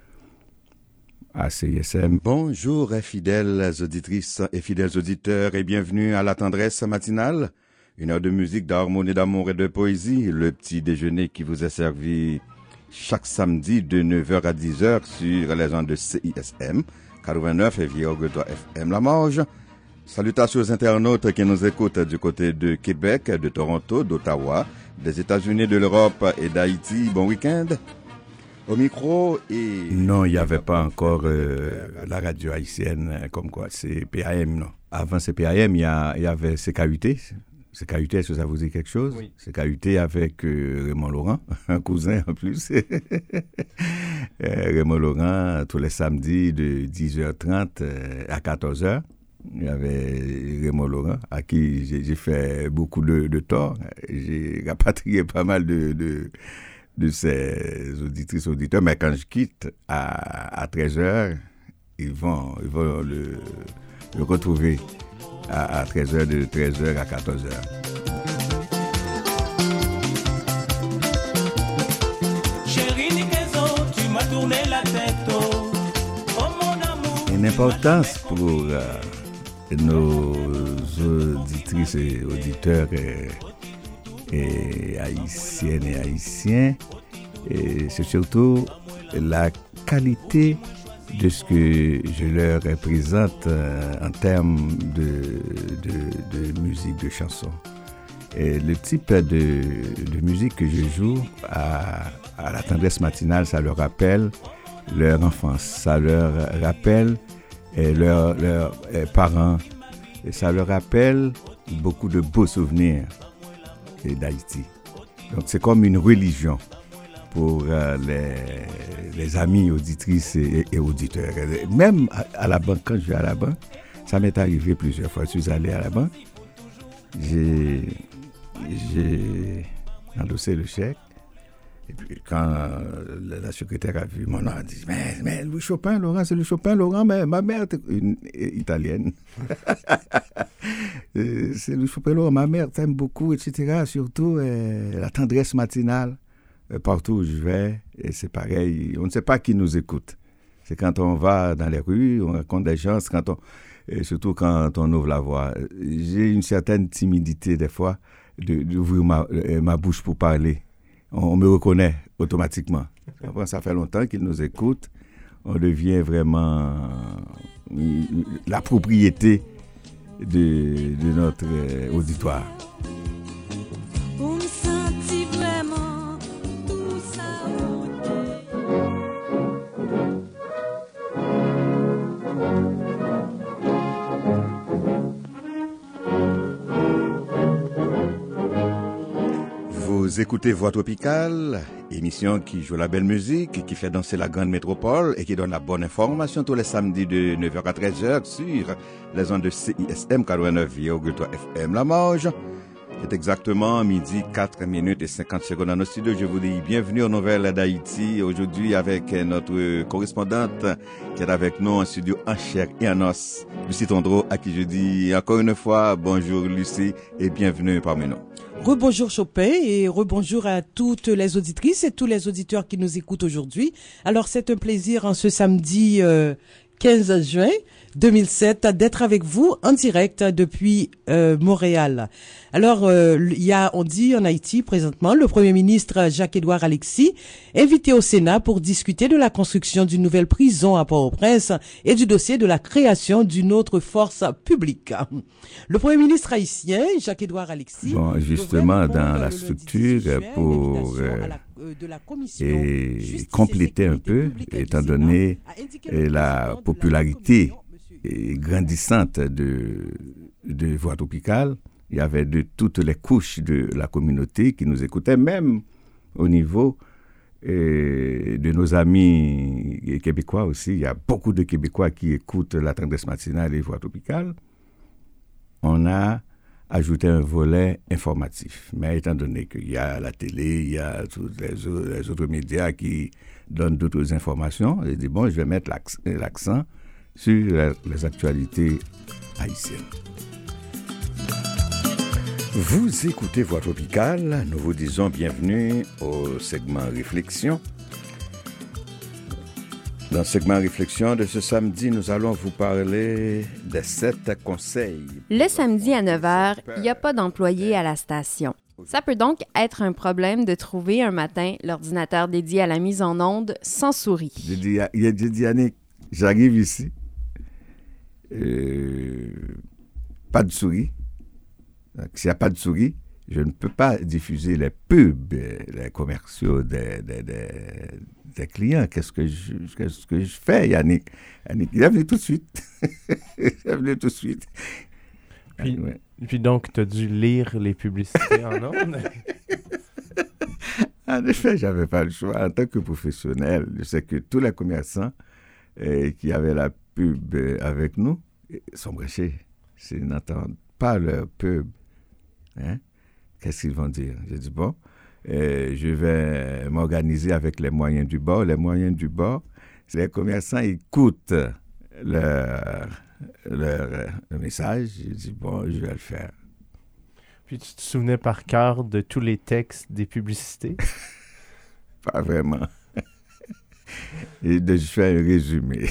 à C I S M. Bonjour, fidèles auditrices et fidèles auditeurs, et bienvenue à la tendresse matinale. Une heure de musique, d'harmonie, d'amour et de poésie. Le petit déjeuner qui vous est servi chaque samedi de neuf heures à dix heures sur les ondes de C I S M, quatre-vingt-neuf virgule trois F M La Marge. Salutations aux internautes qui nous écoutent du côté de Québec, de Toronto, d'Ottawa, des États-Unis, de l'Europe et d'Haïti. Bon week-end. Au micro et... Non, il n'y avait pas encore euh, la radio haïtienne comme quoi, c'est P A M, non. Avant C P A M, il y, a, il y avait C K U T. C K U T, est-ce que ça vous dit quelque chose? Oui. C K U T avec euh, Raymond Laurent, un cousin en plus. euh, Raymond Laurent, tous les samedis de dix heures trente euh, à quatorze heures. Il y avait Raymond Laurent, à qui j'ai, j'ai fait beaucoup de, de tort. J'ai rapatrié pas mal de, de, de ses auditrices, auditeurs. Mais quand je quitte à, à treize heures, ils vont, ils vont le, le retrouver. À, à treize heures, de treize heures à quatorze heures. Chérie Nikezo, tu m'as tourné la tête, oh, oh mon amour. Une importance pour euh, nos auditrices et auditeurs et, et haïtiennes et haïtiens, et c'est surtout la qualité de ce que je leur présente euh, en termes de, de, de musique, de chansons. Et le type de, de musique que je joue à, à la tendresse matinale, ça leur rappelle leur enfance, ça leur rappelle eh, leurs leur, eh, parents, et ça leur rappelle beaucoup de beaux souvenirs eh, d'Haïti. Donc c'est comme une religion pour euh, les, les amis auditrices et, et auditeurs. Même à, à la banque, quand je vais à la banque, ça m'est arrivé plusieurs fois. Je suis allé à la banque, j'ai, j'ai endossé le chèque, et puis quand euh, la, la secrétaire a vu mon nom, elle a dit « Mais, mais Louis Chopin, Laurent, c'est le Chopin, Laurent, mais ma mère, une, une italienne. C'est Louis Chopin, Laurent, ma mère t'aime beaucoup, et cetera. Surtout euh, la tendresse matinale. » Partout où je vais, et c'est pareil, on ne sait pas qui nous écoute. C'est quand on va dans les rues, on rencontre des gens, c'est quand on, et surtout quand on ouvre la voix. J'ai une certaine timidité des fois de, d'ouvrir ma, ma bouche pour parler. On, on me reconnaît automatiquement. Après, ça fait longtemps qu'ils nous écoutent. On devient vraiment la propriété de, de notre auditoire. Vous écoutez Voix Tropicale, émission qui joue la belle musique, qui fait danser la grande métropole et qui donne la bonne information tous les samedis de neuf heures à treize heures sur les ondes de C I S M quatre-vingt-neuf virgule trois F M La Marge. C'est exactement midi quatre minutes et cinquante secondes dans nos studios. Je vous dis bienvenue aux nouvelles d'Haïti. Aujourd'hui avec notre correspondante qui est avec nous en studio en chair et en os, Lucie Tondreau, à qui je dis encore une fois bonjour Lucie et bienvenue parmi nous. Rebonjour Chopin et rebonjour à toutes les auditrices et tous les auditeurs qui nous écoutent aujourd'hui. Alors c'est un plaisir en ce samedi euh, quinze juin deux mille sept, d'être avec vous en direct depuis euh, Montréal. Alors, euh, il y a, on dit en Haïti présentement, le Premier ministre Jacques-Édouard Alexis, invité au Sénat pour discuter de la construction d'une nouvelle prison à Port-au-Prince et du dossier de la création d'une autre force publique. Le Premier ministre haïtien, Jacques-Édouard Alexis... Bon, justement, dans la structure, pour euh, et compléter un peu, étant donné la popularité grandissante de, de Voix tropicale, il y avait de toutes les couches de la communauté qui nous écoutaient, même au niveau euh, de nos amis québécois aussi. Il y a beaucoup de Québécois qui écoutent la tendresse matinale et Voix tropicale. On a ajouté un volet informatif. Mais étant donné qu'il y a la télé, il y a tous les autres, les autres médias qui donnent d'autres informations, j'ai dit, bon, je vais mettre l'accent, l'accent sur les, les actualités haïtiennes. Vous écoutez Voix tropicale. Nous vous disons bienvenue au segment Réflexion. Dans le segment Réflexion de ce samedi, nous allons vous parler des sept conseils. Le samedi à neuf heures, il n'y a pas d'employé à la station. Ça peut donc être un problème de trouver un matin l'ordinateur dédié à la mise en onde sans souris. J'ai dit, j'ai dit Yannick, j'arrive ici, euh, pas de souris. Donc, s'il n'y a pas de souris, je ne peux pas diffuser les pubs, les commerciaux des, des, des, des clients. Qu'est-ce que, je, qu'est-ce que je fais, Yannick? Yannick, il est venu tout de suite. Il est venu tout de suite. Puis, ouais. puis donc, tu as dû lire les publicités en ondes? En effet, je n'avais pas le choix. En tant que professionnel, je sais que tous les commerçants euh, qui avaient la pub euh, avec nous sont bréchés. S'ils n'entendent pas leur pub, hein? Qu'est-ce qu'ils vont dire? J'ai dit, bon, euh, je vais m'organiser avec les moyens du bord. Les moyens du bord, c'est les commerçants écoutent leur, leur, leur message. J'ai dit, bon, je vais le faire. Puis tu te souvenais par cœur de tous les textes des publicités? Pas vraiment. Et de, je fais un résumé.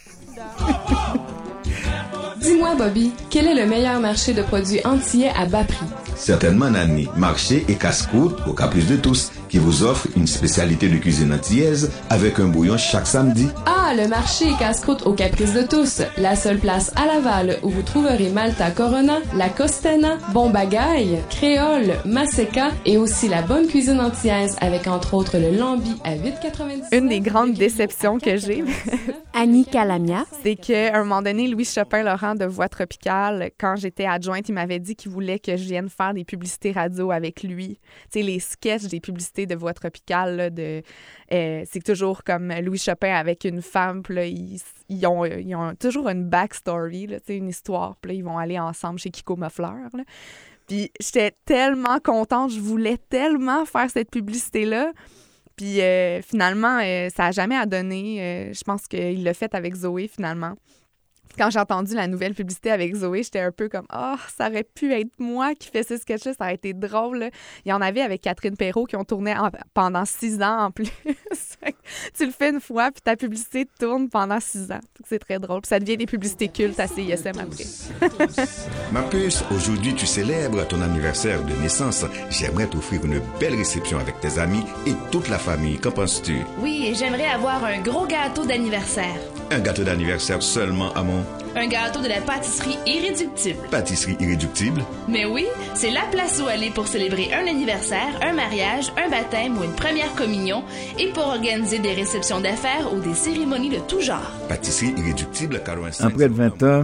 Dis-moi, Bobby, quel est le meilleur marché de produits antillais à bas prix? Certainement, Nani, Marché et Casse-Croûte au caprice de tous, qui vous offre une spécialité de cuisine antillaise avec un bouillon chaque samedi. Ah, le Marché et Casse-Croûte au caprice de tous, la seule place à Laval où vous trouverez Malta Corona, la Costena, Bon Bagaille, Créole, Maseca et aussi la bonne cuisine antillaise avec entre autres le lambi à huit quatre-vingt-dix. Une des grandes déceptions que j'ai, Annie Calamia, c'est qu'à un moment donné, Louis Chopin-Laurent de Voix tropicale, quand j'étais adjointe, il m'avait dit qu'il voulait que je vienne faire des publicités radio avec lui. Tu sais, les sketchs des publicités de Voix tropicale, là, de, euh, c'est toujours comme Louis Chopin avec une femme, puis là, ils, ils, ont, ils ont toujours une backstory, là, tu sais, une histoire, puis là, ils vont aller ensemble chez Kiko Muffleur, là. Puis j'étais tellement contente, je voulais tellement faire cette publicité-là. Puis euh, finalement, euh, ça n'a jamais à donner. Euh, je pense qu'il l'a fait avec Zoé, finalement. Quand j'ai entendu la nouvelle publicité avec Zoé, j'étais un peu comme « Ah, oh, ça aurait pu être moi qui fais ce sketch-là, ça aurait été drôle. » Là. Il y en avait avec Catherine Perrault qui ont tourné en, pendant six ans en plus. Tu le fais une fois, puis ta publicité tourne pendant six ans. C'est très drôle. Puis ça devient des publicités cultes à C I S M après. Ma puce, aujourd'hui tu célèbres ton anniversaire de naissance. J'aimerais t'offrir une belle réception avec tes amis et toute la famille. Qu'en penses-tu? Oui, j'aimerais avoir un gros gâteau d'anniversaire. Un gâteau d'anniversaire seulement à mon... Un gâteau de la pâtisserie Irréductible. Pâtisserie Irréductible? Mais oui, c'est la place où aller pour célébrer un anniversaire, un mariage, un baptême ou une première communion et pour organiser des réceptions d'affaires ou des cérémonies de tout genre. Pâtisserie Irréductible, quatre-vingt-cinq. En près de vingt ans,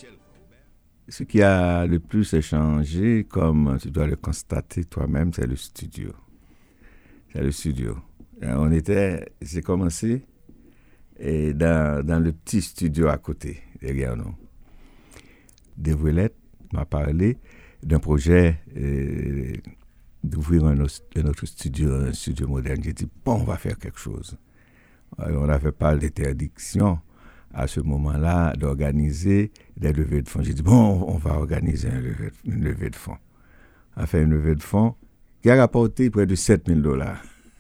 ce qui a le plus changé, comme tu dois le constater toi-même, c'est le studio. C'est le studio. On était, j'ai commencé et dans, dans le petit studio à côté, derrière nous. Devrelette m'a parlé d'un projet euh, d'ouvrir un, un autre studio, un studio moderne. J'ai dit, bon, on va faire quelque chose. Alors, on n'avait pas l'interdiction à ce moment-là d'organiser des levées de fonds. J'ai dit, bon, on va organiser un levée, une levée de fonds. On a fait une levée de fonds qui a rapporté près de sept mille dollars.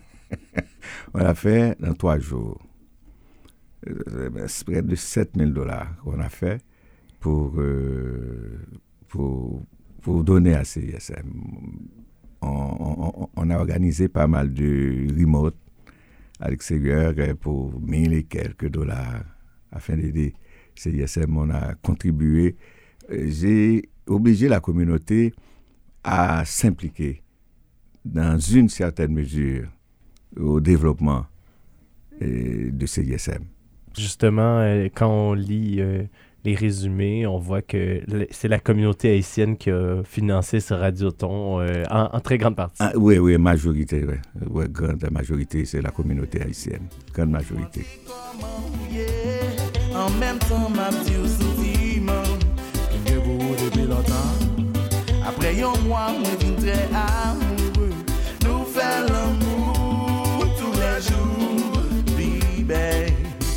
On l'a fait dans trois jours. C'est près de sept mille dollars qu'on a fait. pour, euh, pour, pour donner à C I S M. On, on, on a organisé pas mal de remote à l'extérieur pour mille et quelques dollars afin d'aider C I S M. On a contribué. J'ai obligé la communauté à s'impliquer dans une certaine mesure au développement euh, de C I S M. Justement, euh, quand on lit euh, les résumés, on voit que le, c'est la communauté haïtienne qui a financé ce radioton euh, en, en très grande partie. Ah, oui, oui, majorité, oui. Oui, grande majorité, c'est la communauté haïtienne. Grande majorité. En même temps, m'a dit au sentiment que vous depuis longtemps. Après un mois, moi vin très amoureux. Nous faisons l'amour tous les jours, baby.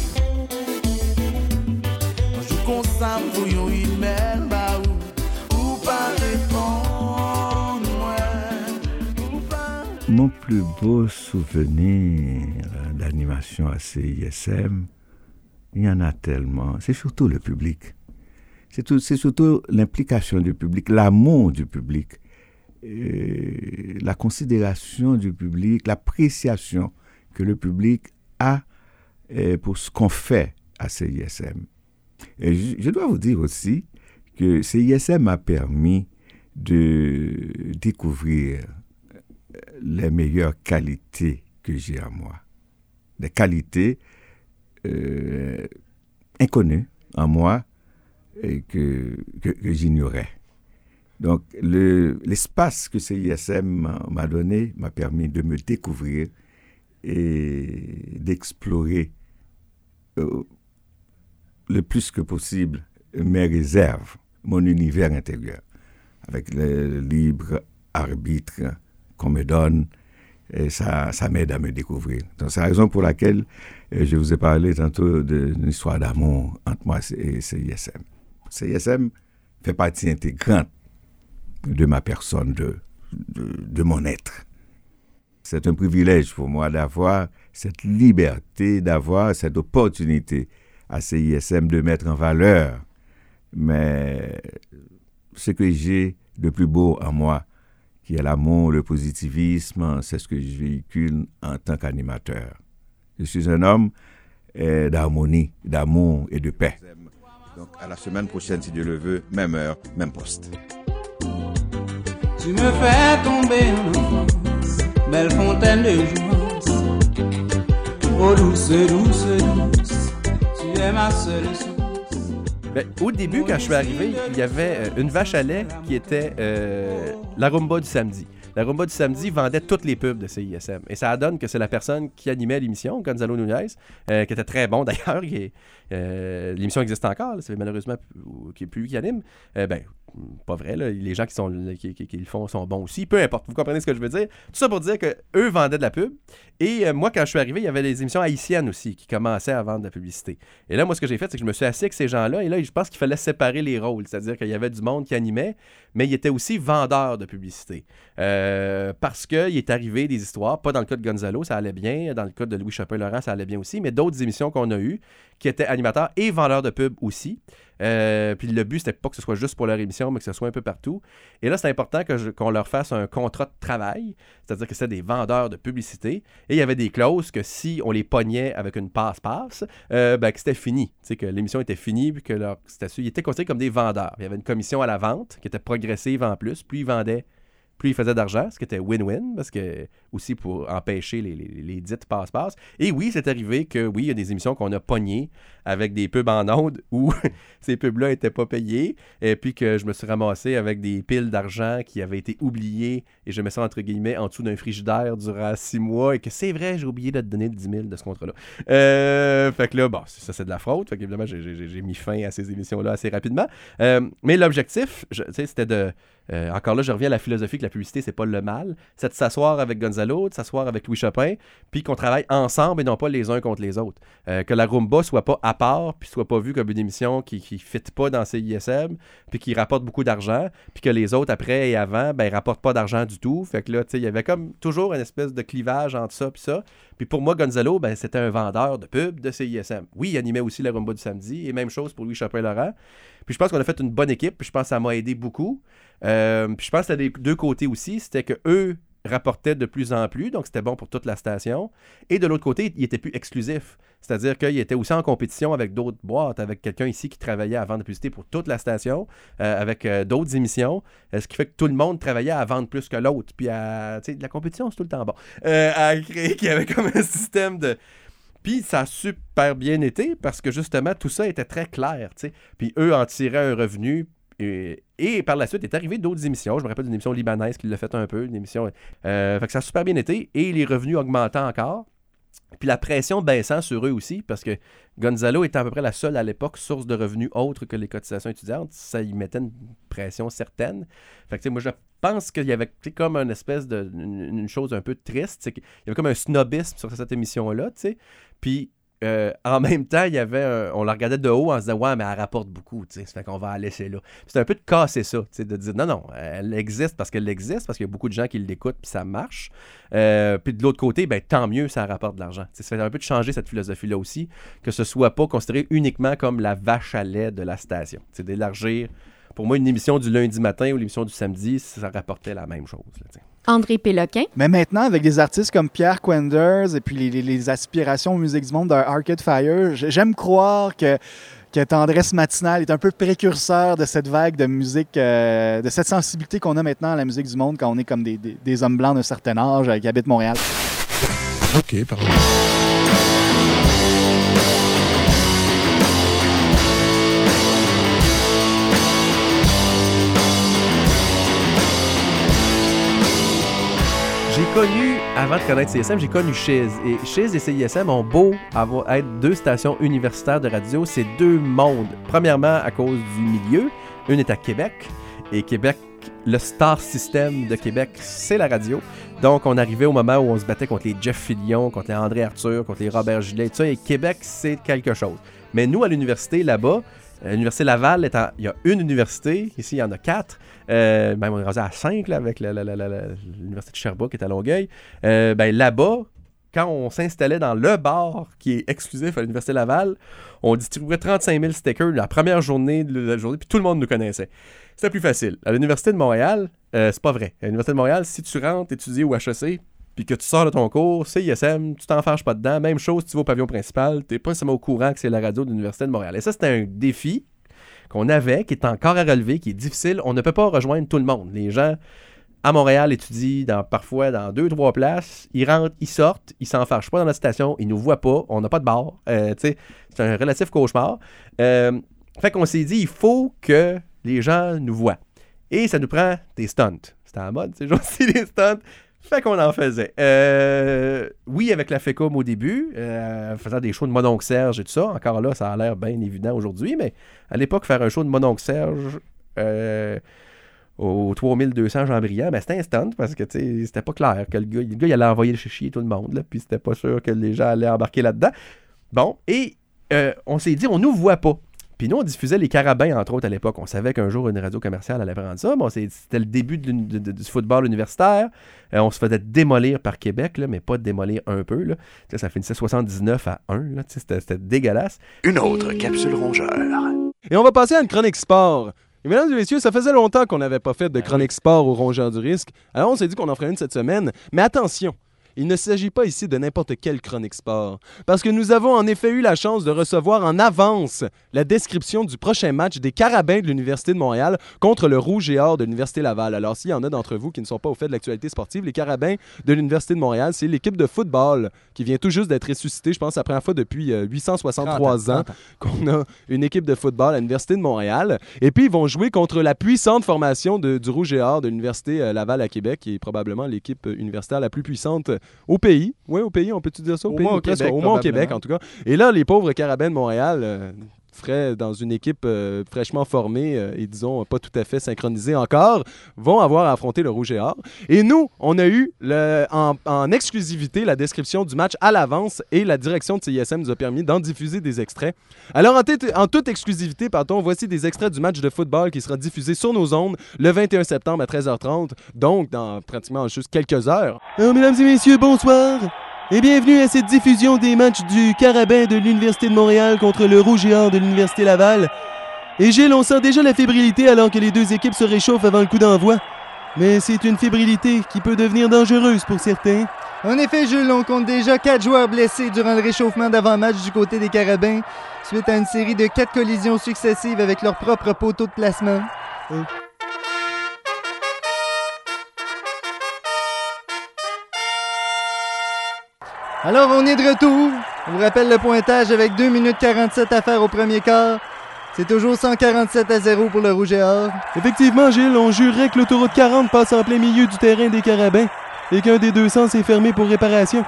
Un jour qu'on s'en fout, yon email, bah ou, ou pas répondre, ouais, ou pas. Mon plus beau souvenir d'animation à C I S M, il y en a tellement. C'est surtout le public. C'est, tout, c'est surtout l'implication du public, l'amour du public, euh, la considération du public, l'appréciation que le public a euh, pour ce qu'on fait à C I S M. Et je, je dois vous dire aussi que C I S M m'a permis de découvrir les meilleures qualités que j'ai en moi. Des qualités euh, inconnues en moi et que, que, que j'ignorais. Donc, le, l'espace que C I S M m'a donné m'a permis de me découvrir et d'explorer euh, le plus que possible mes réserves, mon univers intérieur, avec le libre arbitre qu'on me donne, et ça, ça m'aide à me découvrir. Donc, c'est la raison pour laquelle euh, je vous ai parlé tantôt d'une histoire d'amour entre moi et C I S M. C I S M fait partie intégrante de ma personne, de, de, de mon être. C'est un privilège pour moi d'avoir cette liberté, d'avoir cette opportunité à C I S M de mettre en valeur mais ce que j'ai de plus beau en moi, qui est l'amour, le positivisme, c'est ce que je véhicule en tant qu'animateur. Je suis un homme euh, d'harmonie, d'amour et de paix. Donc à la semaine prochaine, si Dieu le veut, même heure, même poste. Tu me fais tomber en enfance, belle fontaine de jouvence. Oh douce, douce, douce, tu es ma seule source. Ben, au début, quand je suis arrivé, il y avait euh, une vache à lait qui était euh, la rumba du samedi. La rumba du samedi vendait toutes les pubs de C I S M. Et ça donne que c'est la personne qui animait l'émission, Gonzalo Nunez, euh, qui était très bon d'ailleurs. Est, euh, l'émission existe encore, là, c'est malheureusement plus, plus lui qui anime. Euh, ben, pas vrai, là, les gens qui, sont, qui, qui, qui le font sont bons aussi. Peu importe, vous comprenez ce que je veux dire. Tout ça pour dire qu'eux vendaient de la pub. Et euh, moi, quand je suis arrivé, il y avait des émissions haïtiennes aussi qui commençaient à vendre de la publicité. Et là, moi, ce que j'ai fait, c'est que je me suis assis avec ces gens-là. Et là, je pense qu'il fallait séparer les rôles. C'est-à-dire qu'il y avait du monde qui animait, mais il était aussi vendeur de publicité. Euh, parce qu'il est arrivé des histoires, pas dans le cas de Gonzalo, ça allait bien. Dans le cas de Louis Chapin-Laurent, ça allait bien aussi. Mais d'autres émissions qu'on a eues qui étaient animateurs et vendeurs de pub aussi. Euh, puis le but, c'était pas que ce soit juste pour leur émission, mais que ce soit un peu partout. Et là, c'est important que je, qu'on leur fasse un contrat de travail, c'est-à-dire que c'était des vendeurs de publicité. Et il y avait des clauses que si on les pognait avec une passe-passe, euh, ben, que c'était fini. Tu sais, que l'émission était finie, puis que leur statut, ils étaient considérés comme des vendeurs. Il y avait une commission à la vente qui était progressive en plus. Plus ils vendaient, plus ils faisaient d'argent, ce qui était win-win, parce que aussi pour empêcher les, les, les dites passe-passe. Et oui, c'est arrivé que, oui, il y a des émissions qu'on a pognées avec des pubs en ondes où ces pubs-là n'étaient pas payées, et puis que je me suis ramassé avec des piles d'argent qui avaient été oubliées, et je mets ça entre guillemets en dessous d'un frigidaire durant six mois, et que c'est vrai, j'ai oublié de te donner dix mille de ce contrat-là. Euh, fait que là, bon, ça c'est de la fraude, fait qu'évidemment, j'ai, j'ai, j'ai mis fin à ces émissions-là assez rapidement. Euh, mais l'objectif, je, c'était de... Euh, encore là, je reviens à la philosophie que la publicité, c'est pas le mal. C'est de s'asseoir avec Gonzalo, de s'asseoir avec Louis Chopin, puis qu'on travaille ensemble et non pas les uns contre les autres. Euh, que la rumba soit pas à part, puis soit pas vue comme une émission qui ne fit pas dans C I S M, puis qui rapporte beaucoup d'argent, puis que les autres, après et avant, ben, rapportent pas d'argent du tout. Fait que là, tu sais, il y avait comme toujours une espèce de clivage entre ça puis ça. Puis pour moi, Gonzalo, ben, c'était un vendeur de pub de C I S M. Oui, il animait aussi la rumba du samedi, et même chose pour Louis Chopin-Laurent. Puis je pense qu'on a fait une bonne équipe, puis je pense que ça m'a aidé beaucoup. Euh, puis je pense que c'était des deux côtés aussi, c'était que eux rapportaient de plus en plus, donc c'était bon pour toute la station. Et de l'autre côté, il était plus exclusif. C'est-à-dire qu'il était aussi en compétition avec d'autres boîtes, avec quelqu'un ici qui travaillait à vendre de la publicité pour toute la station, euh, avec euh, d'autres émissions, euh, ce qui fait que tout le monde travaillait à vendre plus que l'autre. Puis à, tu sais, la compétition, c'est tout le temps bon. Euh, à créer qu'il y avait comme un système de... Puis ça a super bien été parce que justement, tout ça était très clair, tu sais. Puis eux en tiraient un revenu. Et, et par la suite, est arrivé d'autres émissions. Je me rappelle d'une émission libanaise qui l'a fait un peu, une émission... Euh, fait que ça a super bien été. Et les revenus augmentant encore. Puis la pression baissant sur eux aussi, parce que Gonzalo était à peu près la seule à l'époque source de revenus autre que les cotisations étudiantes. Ça y mettait une pression certaine. Fait que tu sais, moi, je pense qu'il y avait comme une espèce de... une, une chose un peu triste. C'est qu'il y avait comme un snobisme sur cette émission-là, tu sais. Puis... Euh, en même temps, il y avait un, on la regardait de haut en se disant « Ouais, mais elle rapporte beaucoup, tu sais, ça fait qu'on va la laisser là. » C'était un peu de casser ça, tu sais, de dire « Non, non, elle existe parce qu'elle existe, parce qu'il y a beaucoup de gens qui l'écoutent puis ça marche. Euh, » Puis de l'autre côté, ben tant mieux, ça rapporte de l'argent. Tu sais, ça fait un peu de changer cette philosophie-là aussi, que ce soit pas considéré uniquement comme la vache à lait de la station. Tu sais, d'élargir. Pour moi, une émission du lundi matin ou l'émission du samedi, ça rapportait la même chose, là, tu sais. André Péloquin. Mais maintenant, avec des artistes comme Pierre Quenders et puis les, les, les aspirations musique du monde d'Arcade Fire, j'aime croire que, que Tendresse Matinale est un peu précurseur de cette vague de musique, euh, de cette sensibilité qu'on a maintenant à la musique du monde quand on est comme des, des, des hommes blancs d'un certain âge euh, qui habitent Montréal. OK, pardon. J'ai connu, avant de connaître C I S M, j'ai connu Chiz. Et Chiz et C I S M ont beau avoir, être deux stations universitaires de radio, c'est deux mondes. Premièrement, à cause du milieu. Une est à Québec. Et Québec, le star system de Québec, c'est la radio. Donc, on arrivait au moment où on se battait contre les Jeff Fillion, contre les André Arthur, contre les Robert Gillet, tout ça. Et Québec, c'est quelque chose. Mais nous, à l'université, là-bas, à l'Université Laval, étant, il y a une université. Ici, il y en a quatre. Euh, même on est rendu à cinq là, avec la, la, la, la, la, l'Université de Sherbrooke qui est à Longueuil. Euh, ben, là-bas, quand on s'installait dans le bar qui est exclusif à l'Université Laval, on distribuait trente-cinq mille stickers la première journée de la journée, puis tout le monde nous connaissait. C'était plus facile. À l'Université de Montréal, euh, c'est pas vrai. À l'Université de Montréal, si tu rentres étudier au H E C, puis que tu sors de ton cours, C I S M, tu t'en fâches pas dedans. Même chose, tu vas au pavillon principal, t'es pas nécessairement au courant que c'est la radio de l'Université de Montréal. Et ça, c'était un défi qu'on avait, qui est encore à relever, qui est difficile. On ne peut pas rejoindre tout le monde. Les gens à Montréal étudient dans, parfois dans deux, trois places. Ils rentrent, ils sortent, ils s'en fâchent pas dans la station, ils nous voient pas, on n'a pas de bar. Euh, c'est un relatif cauchemar. Euh, fait qu'on s'est dit, il faut que les gens nous voient. Et ça nous prend des stunts. C'était en mode, c'est aussi des stunts. Fait qu'on en faisait. Euh, oui, avec la FECOM au début, euh, faisant des shows de Mononcle Serge et tout ça. Encore là, ça a l'air bien évident aujourd'hui, mais à l'époque, faire un show de Mononcle Serge euh, au trois mille deux cents Jean-Briand, ben, c'était un stunt parce que c'était pas clair que le gars, le gars il allait envoyer le chier tout le monde, là, puis c'était pas sûr que les gens allaient embarquer là-dedans. Bon, et euh, on s'est dit, on nous voit pas. Puis nous, on diffusait les carabins, entre autres, à l'époque. On savait qu'un jour, une radio commerciale allait prendre ça. Bon, c'était le début de, de, de, du football universitaire. Euh, on se faisait démolir par Québec, là, mais pas démolir un peu. Là. Ça finissait soixante-dix-neuf à un. C'était, c'était dégueulasse. Une autre capsule rongeur. Et on va passer à une chronique sport. Et mesdames et messieurs, ça faisait longtemps qu'on n'avait pas fait de chronique sport au Rongeur du Risque. Alors, on s'est dit qu'on en ferait une cette semaine. Mais attention! Il ne s'agit pas ici de n'importe quelle chronique sport, parce que nous avons en effet eu la chance de recevoir en avance la description du prochain match des Carabins de l'Université de Montréal contre le Rouge et Or de l'Université Laval. Alors, s'il y en a d'entre vous qui ne sont pas au fait de l'actualité sportive, les Carabins de l'Université de Montréal, c'est l'équipe de football qui vient tout juste d'être ressuscitée, je pense, la première fois depuis euh, huit cent soixante-trois ans qu'on a une équipe de football à l'Université de Montréal. Et puis, ils vont jouer contre la puissante formation de, du Rouge et Or de l'Université euh, Laval à Québec, qui est probablement l'équipe universitaire la plus puissante au pays. Oui, au pays, on peut-tu dire ça? Au, au pays, moins au presque, Québec, au moins au Québec, en tout cas. Et là, les pauvres Carabins de Montréal, euh, frais dans une équipe euh, fraîchement formée euh, et disons pas tout à fait synchronisée encore, vont avoir à affronter le Rouge et Or. Et nous, on a eu le, en, en exclusivité la description du match à l'avance et la direction de C I S M nous a permis d'en diffuser des extraits. Alors, en, t- en toute exclusivité, pardon, voici des extraits du match de football qui sera diffusé sur nos ondes le vingt et un septembre à treize heures trente, donc dans pratiquement juste quelques heures. Alors, mesdames et messieurs, bonsoir et bienvenue à cette diffusion des matchs du Carabin de l'Université de Montréal contre le Rouge et Or de l'Université Laval. Et Gilles, on sent déjà la fébrilité alors que les deux équipes se réchauffent avant le coup d'envoi. Mais c'est une fébrilité qui peut devenir dangereuse pour certains. En effet, Jules, on compte déjà quatre joueurs blessés durant le réchauffement d'avant-match du côté des Carabins, suite à une série de quatre collisions successives avec leur propre poteau de placement. Euh. Alors, on est de retour. On vous rappelle le pointage avec deux minutes quarante-sept à faire au premier quart. C'est toujours cent quarante-sept à zéro pour le Rouge et Or. Effectivement, Gilles, on jurerait que l'autoroute quarante passe en plein milieu du terrain des Carabins et qu'un des deux sens est fermé pour réparation.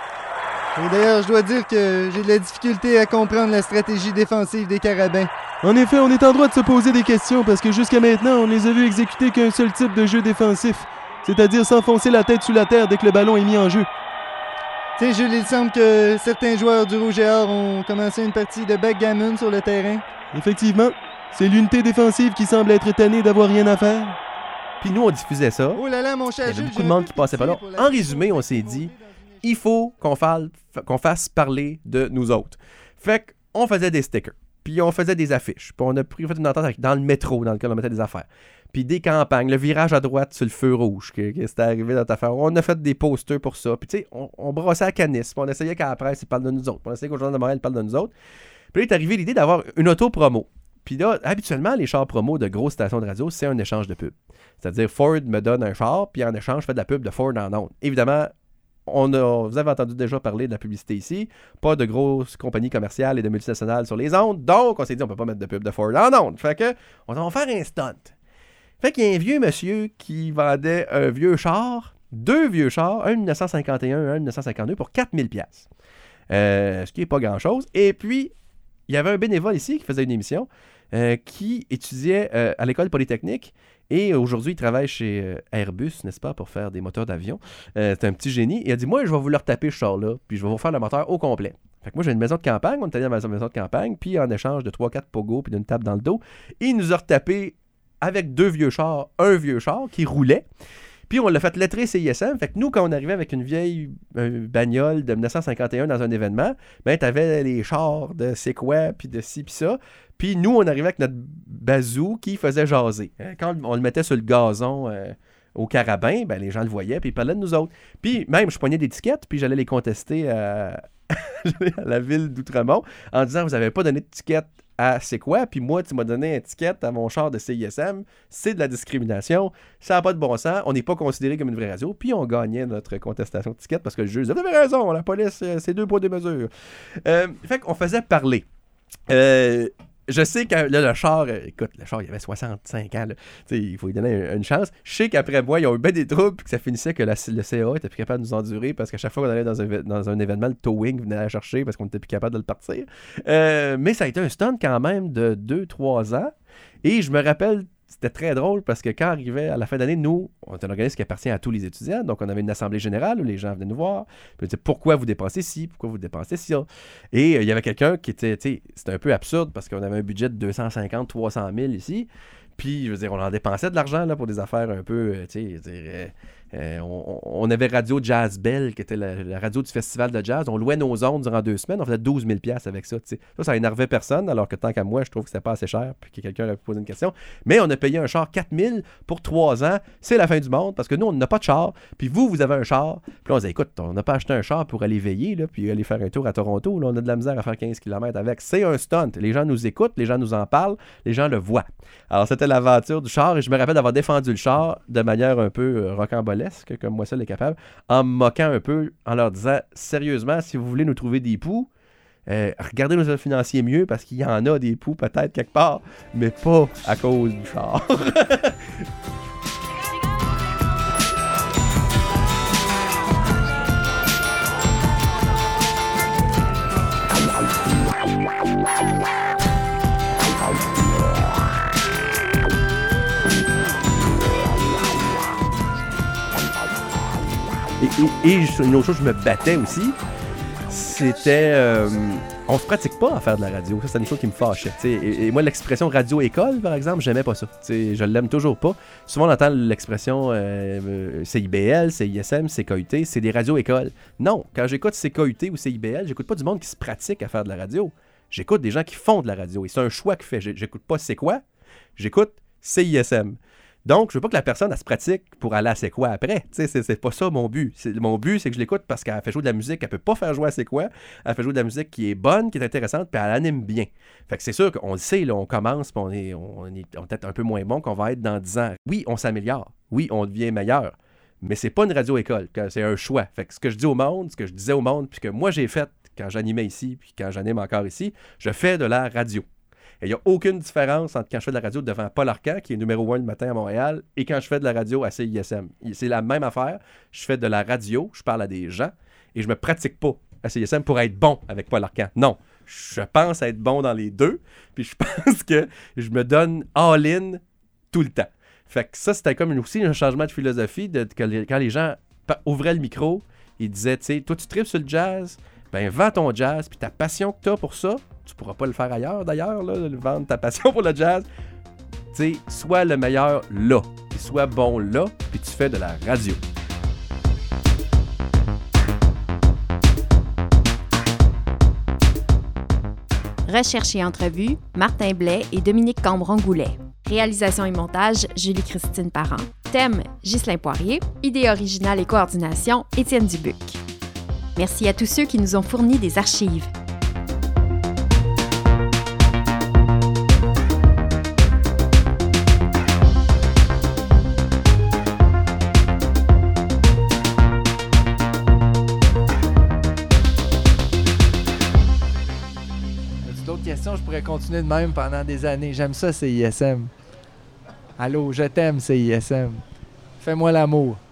Et d'ailleurs, je dois dire que j'ai de la difficulté à comprendre la stratégie défensive des Carabins. En effet, on est en droit de se poser des questions parce que jusqu'à maintenant, on les a vus exécuter qu'un seul type de jeu défensif, c'est-à-dire s'enfoncer la tête sous la terre dès que le ballon est mis en jeu. Tiens, Jules, il semble que certains joueurs du Rouge et Or ont commencé une partie de backgammon sur le terrain. Effectivement, c'est l'unité défensive qui semble être tannée d'avoir rien à faire. Puis nous, on diffusait ça. Oh là là, mon cher Il y avait Jules, beaucoup de monde qui passait pas là. En résumé, on s'est dit, il faut qu'on fasse, qu'on fasse parler de nous autres. Fait qu'on faisait des stickers, puis on faisait des affiches, puis on a pris fait une entente avec, dans le métro dans lequel on mettait des affaires, puis des campagnes, le virage à droite sur le feu rouge, que, que c'était arrivé dans notre affaire. On a fait des posters pour ça, puis tu sais, on, on brossait à canis, puis on essayait qu'à la presse, ils parlent de nous autres, puis on essayait qu'au Journal de Montréal, ils parlent de nous autres. Puis là, il est arrivé l'idée d'avoir une auto-promo. Puis là, habituellement, les chars promo de grosses stations de radio, c'est un échange de pub. C'est-à-dire, Ford me donne un char, puis en échange, je fais de la pub de Ford en ondes. Évidemment, on a, vous avez entendu déjà parler de la publicité ici. Pas de grosses compagnies commerciales et de multinationales sur les ondes. Donc, on s'est dit, on peut pas mettre de pub de Ford en ondes. Fait que, on va faire un stunt. Fait qu'il y a un vieux monsieur qui vendait un vieux char, deux vieux chars, un de dix-neuf cent cinquante et un, un de dix-neuf cent cinquante-deux, pour quatre mille dollars. Euh, ce qui n'est pas grand-chose. Et puis, il y avait un bénévole ici qui faisait une émission euh, qui étudiait euh, à l'école polytechnique et aujourd'hui, il travaille chez euh, Airbus, n'est-ce pas, pour faire des moteurs d'avion. Euh, c'est un petit génie. Il a dit, moi, je vais vous leur taper ce char-là, puis je vais vous faire le moteur au complet. Fait que moi, j'ai une maison de campagne, on est allé dans ma maison de campagne, puis en échange de trois quatre pogos puis d'une table dans le dos, il nous a retapé avec deux vieux chars, un vieux char qui roulait. Puis on l'a fait lettrer C I S M. Fait que nous, quand on arrivait avec une vieille euh, bagnole de dix-neuf cent cinquante et un dans un événement, ben t'avais les chars de c'est quoi, puis de ci, puis ça. Puis nous, on arrivait avec notre bazou qui faisait jaser. Quand on le mettait sur le gazon euh, au carabin, ben les gens le voyaient, puis ils parlaient de nous autres. Puis même, je pognais des tickets, puis j'allais les contester à, à la ville d'Outremont en disant, vous n'avez pas donné de ticket à c'est quoi, puis moi, tu m'as donné un ticket à mon char de C I S M, c'est de la discrimination, ça n'a pas de bon sens, on n'est pas considéré comme une vraie radio, puis on gagnait notre contestation de ticket parce que le juge disait, vous avez raison, la police, c'est deux poids, deux mesures. Euh, fait qu'on faisait parler. Euh, je sais que là, le char, euh, écoute, le char, il avait soixante-cinq ans, là, il faut lui donner une, une chance. Je sais qu'après moi, ils ont eu bien des troubles, puis que ça finissait que la, le C A A était plus capable de nous endurer parce qu'à chaque fois qu'on allait dans un, dans un événement, le towing venait la chercher parce qu'on était plus capable de le partir. Euh, mais ça a été un stunt quand même de deux trois ans. Et je me rappelle, c'était très drôle parce que quand arrivait à la fin d'année, nous, on est un organisme qui appartient à tous les étudiants, donc on avait une assemblée générale où les gens venaient nous voir, puis on disait pourquoi vous dépensez ci, pourquoi vous dépensez ça. Et euh, il y avait quelqu'un qui était, tu sais, c'était un peu absurde parce qu'on avait un budget de deux cent cinquante à trois cent mille ici, puis je veux dire, on en dépensait de l'argent là, pour des affaires un peu, euh, tu sais, euh, euh, on, on avait Radio Jazz Bell, qui était la, la radio du festival de jazz. On louait nos ondes durant deux semaines. On faisait douze mille dollars avec ça. T'sais. Ça, ça énervait personne, alors que tant qu'à moi, je trouve que c'était pas assez cher puis que quelqu'un aurait pu poser une question. Mais on a payé un char quatre mille pour trois ans. C'est la fin du monde parce que nous, on n'a pas de char. Puis vous, vous avez un char. Puis là, on disait, écoute, on n'a pas acheté un char pour aller veiller là, puis aller faire un tour à Toronto. Là, on a de la misère à faire quinze kilomètres avec. C'est un stunt. Les gens nous écoutent, les gens nous en parlent, les gens le voient. Alors, c'était l'aventure du char et je me rappelle d'avoir défendu le char de manière un peu euh, rocambolesque, comme moi seul est capable, en me moquant un peu, en leur disant sérieusement, si vous voulez nous trouver des poux, euh, regardez nos états financiers mieux parce qu'il y en a des poux peut-être quelque part, mais pas à cause du char. Et, et, et une autre chose, je me battais aussi, c'était... Euh, on se pratique pas à faire de la radio. Ça, c'est une chose qui me fâchait. Et, et moi, l'expression radio-école, par exemple, j'aimais pas ça. T'sais, je l'aime toujours pas. Souvent, on entend l'expression euh, C I B L, C I S M, C K U T, c'est des radios-écoles. Non, quand j'écoute C K U T ou C I B L, j'écoute pas du monde qui se pratique à faire de la radio. J'écoute des gens qui font de la radio et c'est un choix que je fais. J'écoute pas c'est quoi, j'écoute C I S M. Donc, je veux pas que la personne, elle se pratique pour aller à C'est quoi après. Tu sais, c'est, c'est pas ça mon but. C'est, mon but, c'est que je l'écoute parce qu'elle fait jouer de la musique, elle peut pas faire jouer à C'est quoi. Elle fait jouer de la musique qui est bonne, qui est intéressante, puis elle anime bien. Fait que c'est sûr qu'on le sait, là, on commence, puis on est, on est, on est peut-être un peu moins bon qu'on va être dans dix ans. Oui, on s'améliore. Oui, on devient meilleur. Mais c'est pas une radio-école, c'est un choix. Fait que ce que je dis au monde, ce que je disais au monde, puis que moi j'ai fait quand j'animais ici, puis quand j'anime encore ici, je fais de la radio. Il n'y a aucune différence entre quand je fais de la radio devant Paul Arcand, qui est numéro un le matin à Montréal, et quand je fais de la radio à C I S M. C'est la même affaire. Je fais de la radio, je parle à des gens, et je me pratique pas à C I S M pour être bon avec Paul Arcand. Non. Je pense être bon dans les deux, puis je pense que je me donne all-in tout le temps. Fait que ça, c'était comme aussi un changement de philosophie, de, que les, quand les gens ouvraient le micro, ils disaient, tu sais, toi, tu tripes sur le jazz, ben vends ton jazz, puis ta passion que tu as pour ça, tu pourras pas le faire ailleurs, d'ailleurs, là, vendre ta passion pour le jazz. Tu sais, sois le meilleur là, puis sois bon là, puis tu fais de la radio. Recherche et entrevue, Martin Blais et Dominique Cambron-Goulet. Réalisation et montage, Julie-Christine Parent. Thème, Ghislain Poirier. Idée originale et coordination, Étienne Dubuc. Merci à tous ceux qui nous ont fourni des archives. D'autres questions, je pourrais continuer de même pendant des années. J'aime ça, C I S M. Allô, je t'aime, C I S M. Fais-moi l'amour.